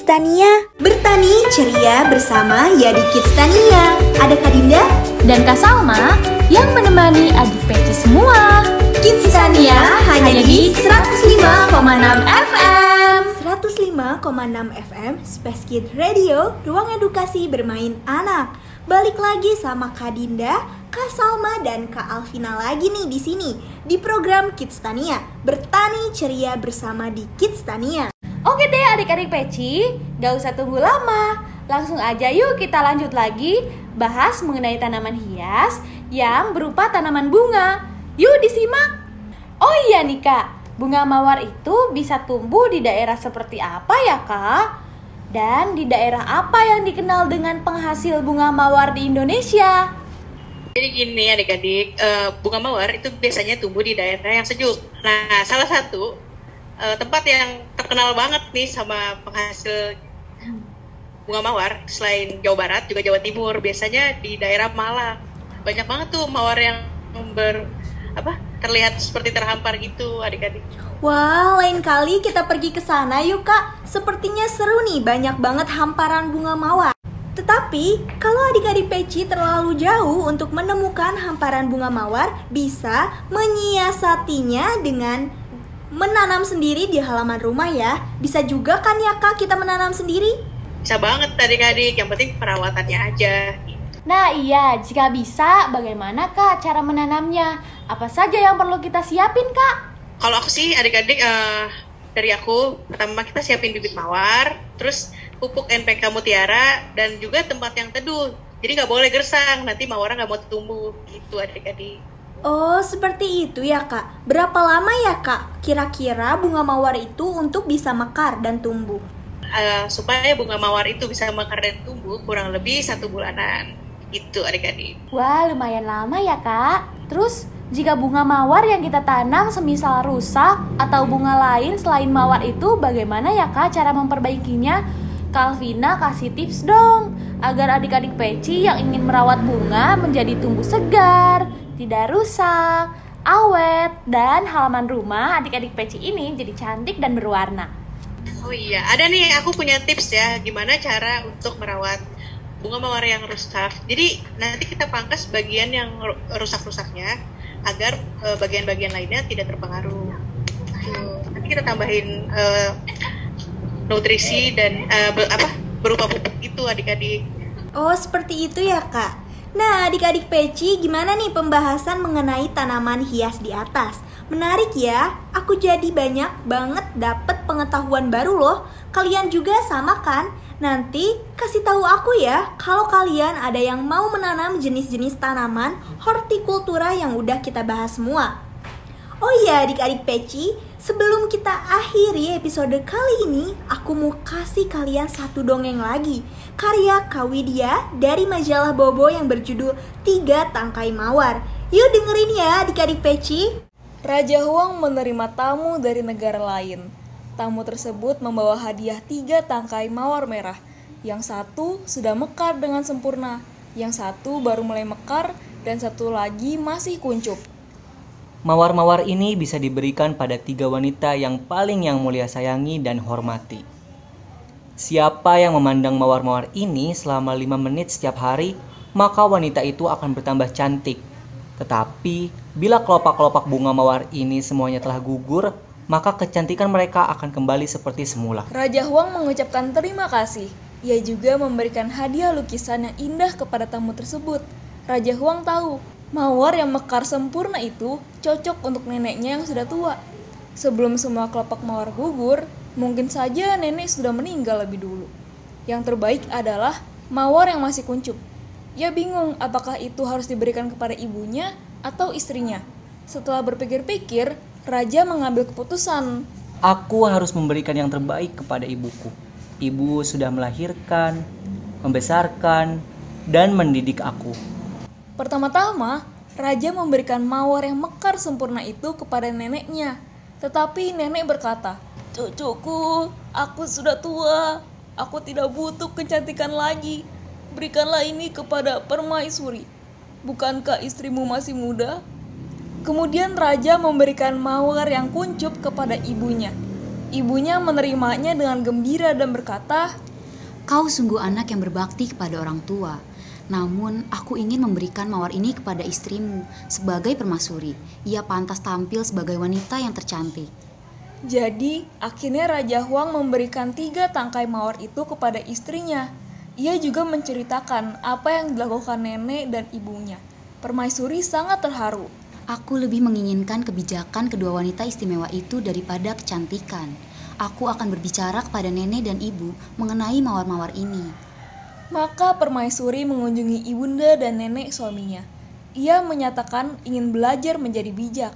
Tania. Bertani ceria bersama Yadi Kids Tania. Ada Kak Dinda dan Kak Salma yang menemani adik peci semua. Kids Tania hanya di 105,6 FM. 105,6 FM Space Kid Radio, ruang edukasi bermain anak. Balik lagi sama Kak Dinda, Kak Salma dan Kak Alvina lagi nih di sini di program Kids Tania. Bertani ceria bersama di Kids Tania. Oke deh adik-adik peci, gak usah tunggu lama. Langsung aja yuk kita lanjut lagi bahas mengenai tanaman hias yang berupa tanaman bunga. Yuk disimak. Oh iya nih Kak, bunga mawar itu bisa tumbuh di daerah seperti apa ya Kak? Dan di daerah apa yang dikenal dengan penghasil bunga mawar di Indonesia? Jadi gini adik-adik, bunga mawar itu biasanya tumbuh di daerah yang sejuk. Nah, salah satu tempat yang terkenal banget nih sama penghasil bunga mawar selain Jawa Barat juga Jawa Timur, biasanya di daerah Malang. Banyak banget tuh mawar yang terlihat seperti terhampar gitu adik-adik. Wah, lain kali kita pergi ke sana yuk Kak. Sepertinya seru nih, banyak banget hamparan bunga mawar. Tetapi, kalau adik-adik peci terlalu jauh untuk menemukan hamparan bunga mawar, bisa menyiasatinya dengan menanam sendiri di halaman rumah ya. Bisa juga kan ya Kak kita menanam sendiri? Bisa banget adik-adik, yang penting perawatannya aja. Nah iya, jika bisa, bagaimana Kak cara menanamnya? Apa saja yang perlu kita siapin Kak? Kalau aku sih adik-adik, dari aku, pertama kita siapin bibit mawar, terus pupuk NPK Mutiara, dan juga tempat yang teduh. Jadi nggak boleh gersang, nanti mawarnya nggak mau tumbuh gitu adik-adik. Oh, seperti itu ya Kak. Berapa lama ya Kak kira-kira bunga mawar itu untuk bisa mekar dan tumbuh? Supaya bunga mawar itu bisa mekar dan tumbuh kurang lebih 1 bulanan. Gitu adik-adik. Wah, lumayan lama ya Kak. Terus, jika bunga mawar yang kita tanam semisal rusak atau bunga lain selain mawar itu, bagaimana ya Kak cara memperbaikinya? Kak Alvina kasih tips dong, agar adik-adik peci yang ingin merawat bunga menjadi tumbuh segar, tidak rusak, awet, dan halaman rumah adik-adik peci ini jadi cantik dan berwarna. Oh iya, ada nih aku punya tips ya, gimana cara untuk merawat bunga mawar yang rusak. Jadi nanti kita pangkas bagian yang rusak-rusaknya agar bagian-bagian lainnya tidak terpengaruh. Nanti kita tambahin nutrisi dan berupa pupuk itu adik-adik. Oh, seperti itu ya Kak. Nah, adik-adik peci, gimana nih pembahasan mengenai tanaman hias di atas? Menarik ya, aku jadi banyak banget dapet pengetahuan baru loh. Kalian juga sama kan? Nanti kasih tahu aku ya kalau kalian ada yang mau menanam jenis-jenis tanaman hortikultura yang udah kita bahas semua. Oh iya adik-adik peci, sebelum kita akhiri episode kali ini, aku mau kasih kalian satu dongeng lagi, karya Kak Widya dari majalah Bobo yang berjudul 3 Tangkai Mawar. Yuk dengerin ya adik-adik peci. Raja Huang menerima tamu dari negara lain. Tamu tersebut membawa hadiah 3 tangkai mawar merah. Yang satu sudah mekar dengan sempurna, yang satu baru mulai mekar, dan satu lagi masih kuncup. Mawar-mawar ini bisa diberikan pada 3 wanita yang paling yang mulia sayangi dan hormati. Siapa yang memandang mawar-mawar ini selama 5 menit setiap hari, maka wanita itu akan bertambah cantik. Tetapi, bila kelopak-kelopak bunga mawar ini semuanya telah gugur, maka kecantikan mereka akan kembali seperti semula. Raja Huang mengucapkan terima kasih. Ia juga memberikan hadiah lukisan yang indah kepada tamu tersebut. Raja Huang tahu, mawar yang mekar sempurna itu cocok untuk neneknya yang sudah tua. Sebelum semua kelopak mawar gugur, mungkin saja nenek sudah meninggal lebih dulu. Yang terbaik adalah mawar yang masih kuncup. Ia bingung apakah itu harus diberikan kepada ibunya atau istrinya. Setelah berpikir-pikir, Raja mengambil keputusan. Aku harus memberikan yang terbaik kepada ibuku. Ibu sudah melahirkan, membesarkan, dan mendidik aku. Pertama-tama, Raja memberikan mawar yang mekar sempurna itu kepada neneknya. Tetapi nenek berkata, "Cucuku, aku sudah tua. Aku tidak butuh kecantikan lagi. Berikanlah ini kepada permaisuri. Bukankah istrimu masih muda?" Kemudian Raja memberikan mawar yang kuncup kepada ibunya. Ibunya menerimanya dengan gembira dan berkata, "Kau sungguh anak yang berbakti kepada orang tua. Namun, aku ingin memberikan mawar ini kepada istrimu sebagai permaisuri. Ia pantas tampil sebagai wanita yang tercantik." Jadi, akhirnya Raja Huang memberikan 3 tangkai mawar itu kepada istrinya. Ia juga menceritakan apa yang dilakukan nenek dan ibunya. Permaisuri sangat terharu. "Aku lebih menginginkan kebijakan kedua wanita istimewa itu daripada kecantikan. Aku akan berbicara kepada nenek dan ibu mengenai mawar-mawar ini." Maka permaisuri mengunjungi ibunda dan nenek suaminya. Ia menyatakan ingin belajar menjadi bijak.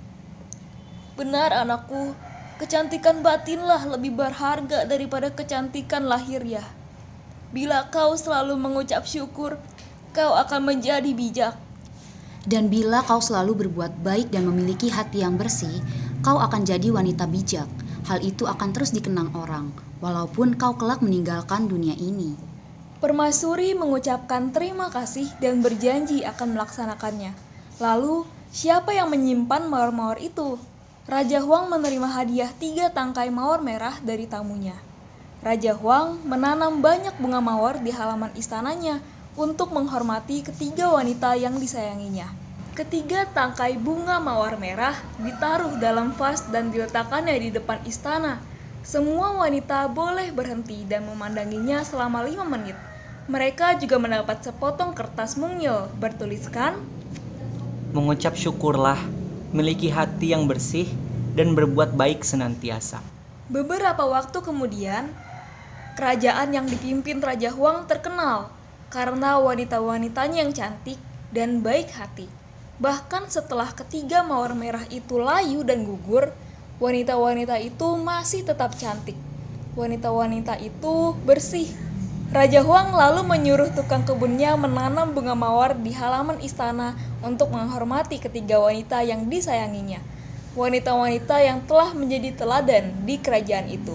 "Benar anakku, kecantikan batinlah lebih berharga daripada kecantikan lahiriah. Bila kau selalu mengucap syukur, kau akan menjadi bijak. Dan bila kau selalu berbuat baik dan memiliki hati yang bersih, kau akan jadi wanita bijak. Hal itu akan terus dikenang orang, walaupun kau kelak meninggalkan dunia ini." Permaisuri mengucapkan terima kasih dan berjanji akan melaksanakannya. Lalu, siapa yang menyimpan mawar-mawar itu? Raja Huang menerima hadiah 3 tangkai mawar merah dari tamunya. Raja Huang menanam banyak bunga mawar di halaman istananya untuk menghormati ketiga wanita yang disayanginya. Ketiga tangkai bunga mawar merah ditaruh dalam vas dan diletakkannya di depan istana. Semua wanita boleh berhenti dan memandanginya selama 5 menit. Mereka juga mendapat sepotong kertas mungil bertuliskan, "Mengucap syukurlah, memiliki hati yang bersih, dan berbuat baik senantiasa." Beberapa waktu kemudian, kerajaan yang dipimpin Raja Huang terkenal karena wanita-wanitanya yang cantik dan baik hati. Bahkan setelah ketiga mawar merah itu layu dan gugur, wanita-wanita itu masih tetap cantik. Wanita-wanita itu bersih. Raja Huang lalu menyuruh tukang kebunnya menanam bunga mawar di halaman istana untuk menghormati ketiga wanita yang disayanginya. Wanita-wanita yang telah menjadi teladan di kerajaan itu.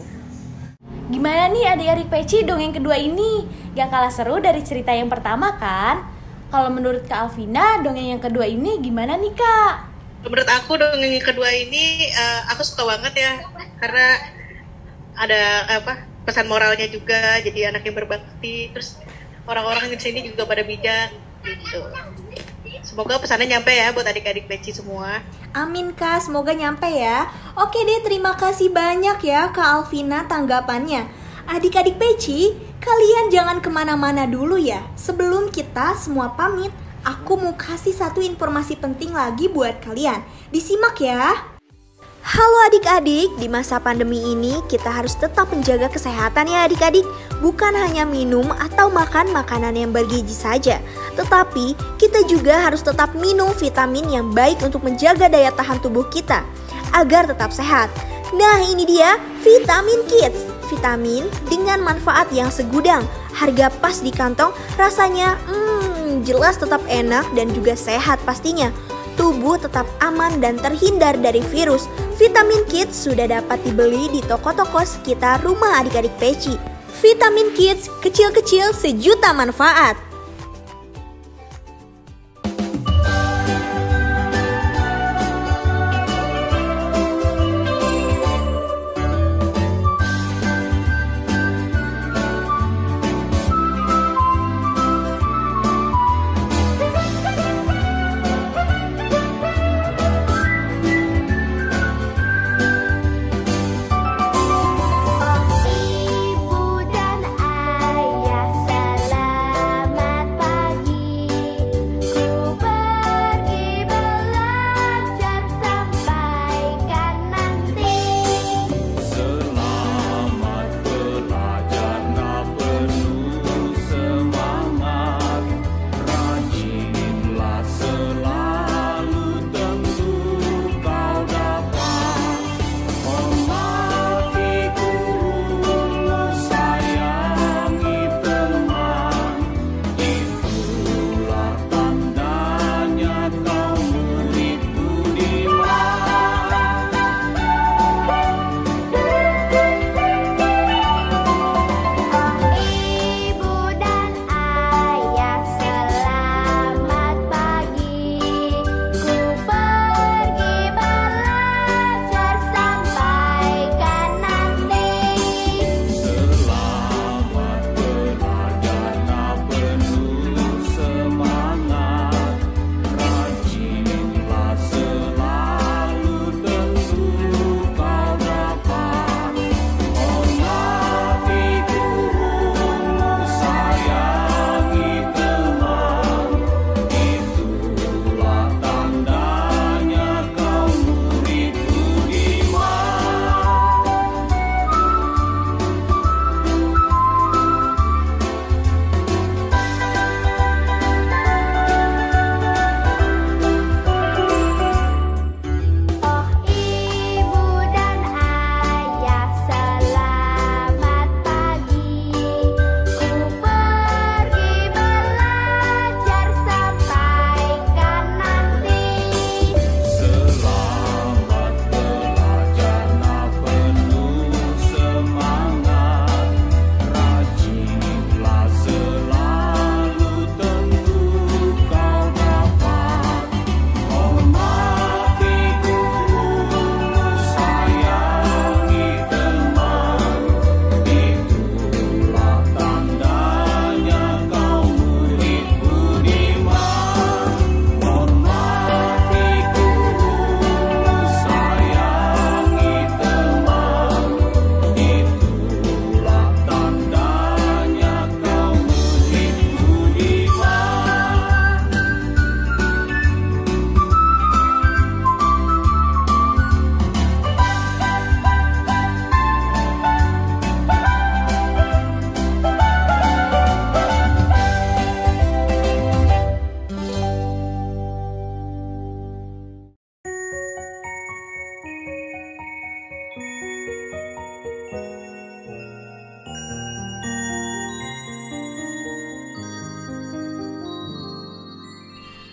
Gimana nih adik-adik Peci dongeng kedua ini? Gak kalah seru dari cerita yang pertama kan? Kalau menurut Kak Alvina, dongeng yang kedua ini gimana nih Kak? Menurut aku dongeng yang kedua ini aku suka banget ya, karena ada pesan moralnya juga, jadi anak yang berbakti, terus orang-orang di sini juga pada bijak gitu. Semoga pesannya nyampe ya buat adik-adik Peci semua. Amin Kak, semoga nyampe ya. Oke deh, terima kasih banyak ya Kak Alvina tanggapannya. Adik-adik Peci, kalian jangan kemana-mana dulu ya. Sebelum kita semua pamit, aku mau kasih satu informasi penting lagi buat kalian. Disimak ya. Halo adik-adik, di masa pandemi ini kita harus tetap menjaga kesehatan ya adik-adik. Bukan hanya minum atau makan makanan yang bergizi saja, tetapi kita juga harus tetap minum vitamin yang baik untuk menjaga daya tahan tubuh kita agar tetap sehat. Nah ini dia Vitamin Kids. Vitamin dengan manfaat yang segudang, harga pas di kantong, rasanya jelas tetap enak dan juga sehat pastinya. Tubuh tetap aman dan terhindar dari virus. Vitamin Kids sudah dapat dibeli di toko-toko sekitar rumah adik-adik Peci. Vitamin Kids, kecil-kecil sejuta manfaat. Ibu dan ayah selama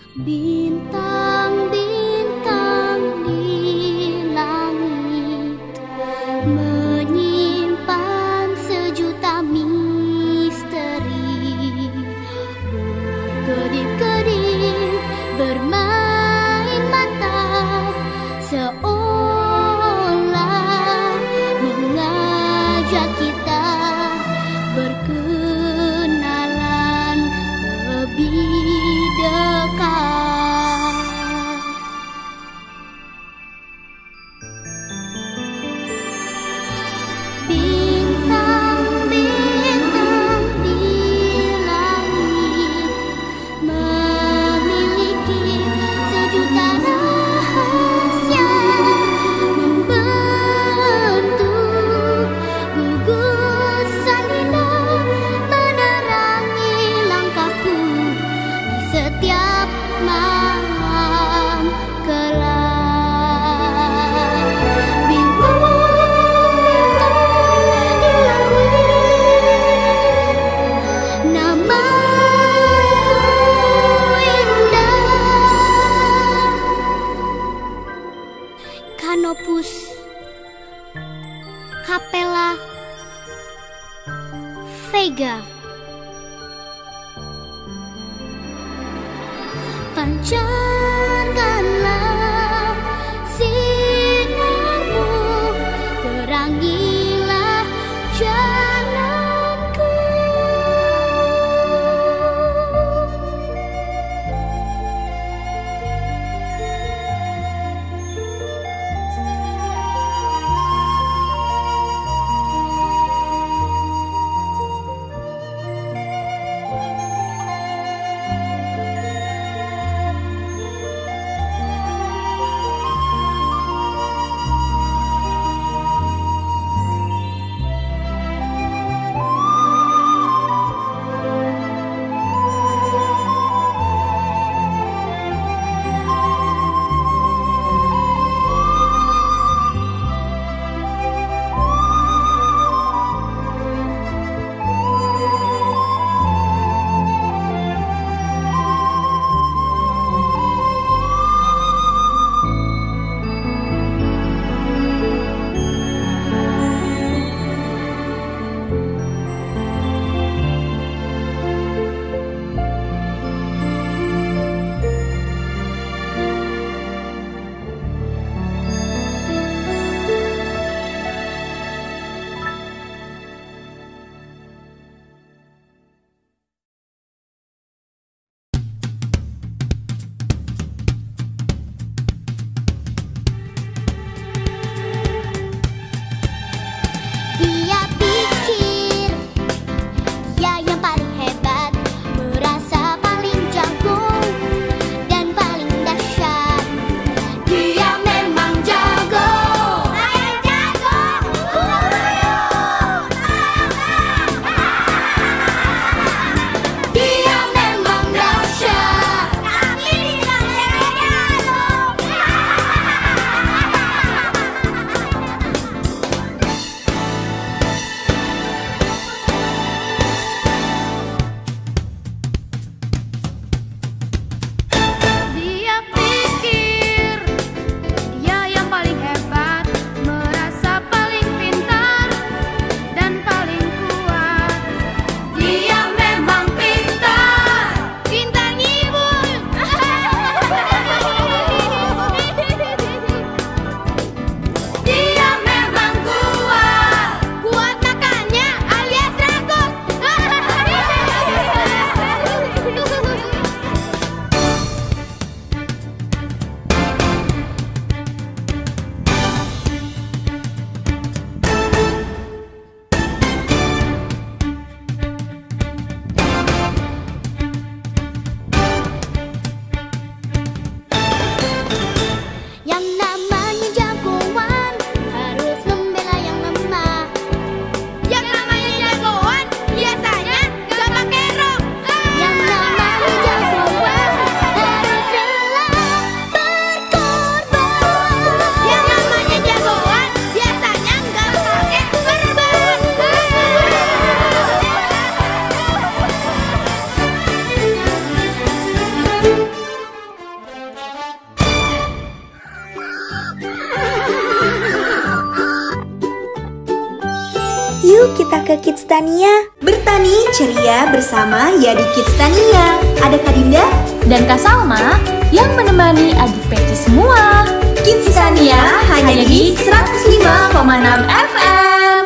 Bintang-bintang di langit menyimpan sejuta misteri, berkedip-kedip bermain mata, seolah mengajak kita berkenalan lebih dekat. Bintang-bintang di langit memiliki sejuta rahasia, membentuk gugusan indah, menerangi langkahku di setiap malam kelam. Bintang-bintang di langit, namamu indah. Canopus, Capella, Vega. Pancarkanlah sinarmu, terangilah jalanku. ke Kidstania. Bertani ceria bersama Yadi Kidstania. Ada Kak Dinda dan Kak Salma yang menemani adik peci semua. Kidstania hanya di 105,6 FM.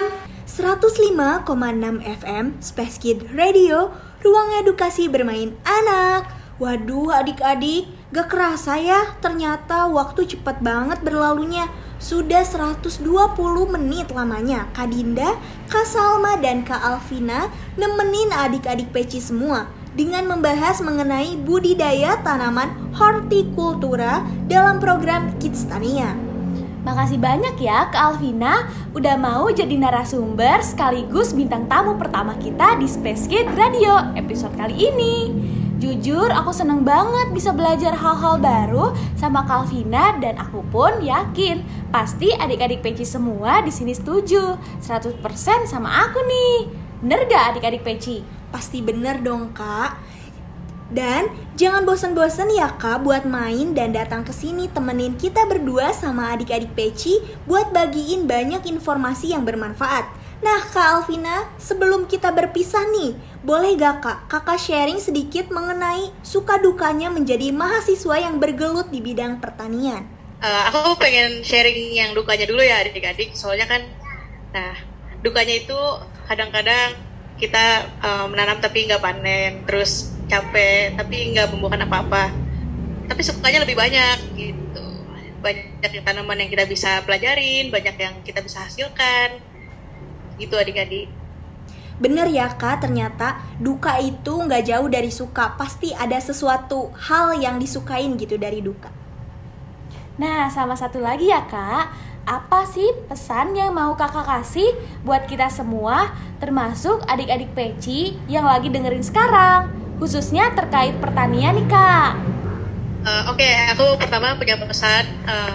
105,6 FM Space Kid Radio, ruang edukasi bermain anak. Waduh adik-adik, gak kerasa ya, ternyata waktu cepat banget berlalunya. Sudah 120 menit lamanya Kak Dinda, Kak Salma, dan Kak Alvina nemenin adik-adik peci semua dengan membahas mengenai budidaya tanaman hortikultura dalam program Kidstania. Makasih banyak ya Kak Alvina udah mau jadi narasumber sekaligus bintang tamu pertama kita di Space Kid Radio episode kali ini. Jujur aku seneng banget bisa belajar hal-hal baru sama Kak Alvina, dan aku pun yakin pasti adik-adik peci semua di sini setuju 100% sama aku nih. Bener gak adik-adik peci? Pasti bener dong Kak. Dan jangan bosan-bosan ya Kak buat main dan datang ke sini temenin kita berdua sama adik-adik peci buat bagiin banyak informasi yang bermanfaat. Nah Kak Alvina, sebelum kita berpisah nih, boleh gak Kak, Kakak sharing sedikit mengenai suka dukanya menjadi mahasiswa yang bergelut di bidang pertanian? Aku pengen sharing yang dukanya dulu ya adik-adik, soalnya kan, nah dukanya itu kadang-kadang kita menanam tapi nggak panen, terus capek tapi nggak membuahkan apa-apa. Tapi sukanya lebih banyak gitu, banyak tanaman yang kita bisa pelajarin, banyak yang kita bisa hasilkan. Gitu adik-adik. Bener ya Kak, ternyata duka itu gak jauh dari suka. Pasti ada sesuatu hal yang disukain gitu dari duka. Nah sama satu lagi ya Kak, apa sih pesan yang mau kakak kasih buat kita semua, termasuk adik-adik peci yang lagi dengerin sekarang, khususnya terkait pertanian nih Kak? Oke, aku pertama punya pesan.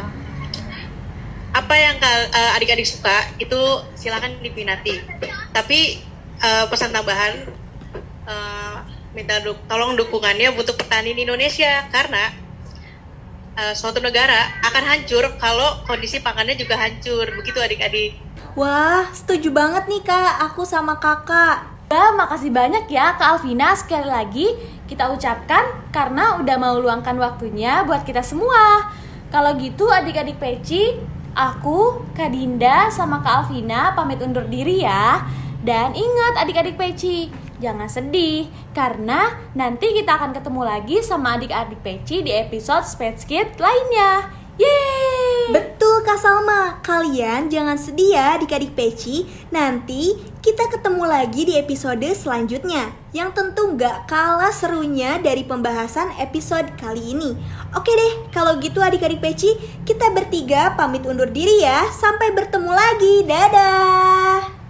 Apa yang adik-adik suka itu silakan diminati. Tapi pesan tambahan, minta tolong dukungannya untuk petani di Indonesia, karena suatu negara akan hancur kalau kondisi pangannya juga hancur. Begitu adik-adik. Wah, setuju banget nih Kak, aku sama kakak. Makasih banyak ya Kak Alvina, sekali lagi kita ucapkan karena udah mau luangkan waktunya buat kita semua. Kalau gitu adik-adik peci, aku, Kak Dinda, sama Kak Alvina pamit undur diri ya. Dan ingat adik-adik peci, jangan sedih, karena nanti kita akan ketemu lagi sama adik-adik peci di episode Space Kid lainnya. Yeay! Betul Kak Salma, kalian jangan sedih ya adik-adik peci. Nanti kita ketemu lagi di episode selanjutnya, yang tentu gak kalah serunya dari pembahasan episode kali ini. Oke deh, kalau gitu adik-adik peci, kita bertiga pamit undur diri ya. Sampai bertemu lagi, dadah!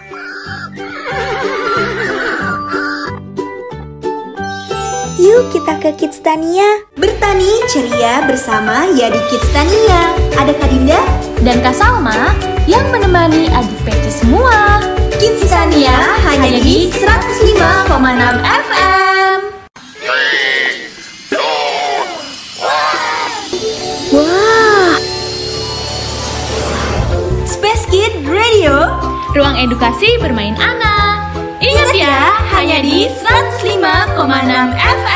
Yuk kita ke Kidstania, bertani ceria bersama Yadi Kidstania. Ada Kak Dinda dan Kak Salma yang menemani adik peci semua. Kidstania hanya di 105,6 FM. Wah, Space Kid Radio, ruang edukasi bermain anak. Ingat ya, hanya di 105,6 FM.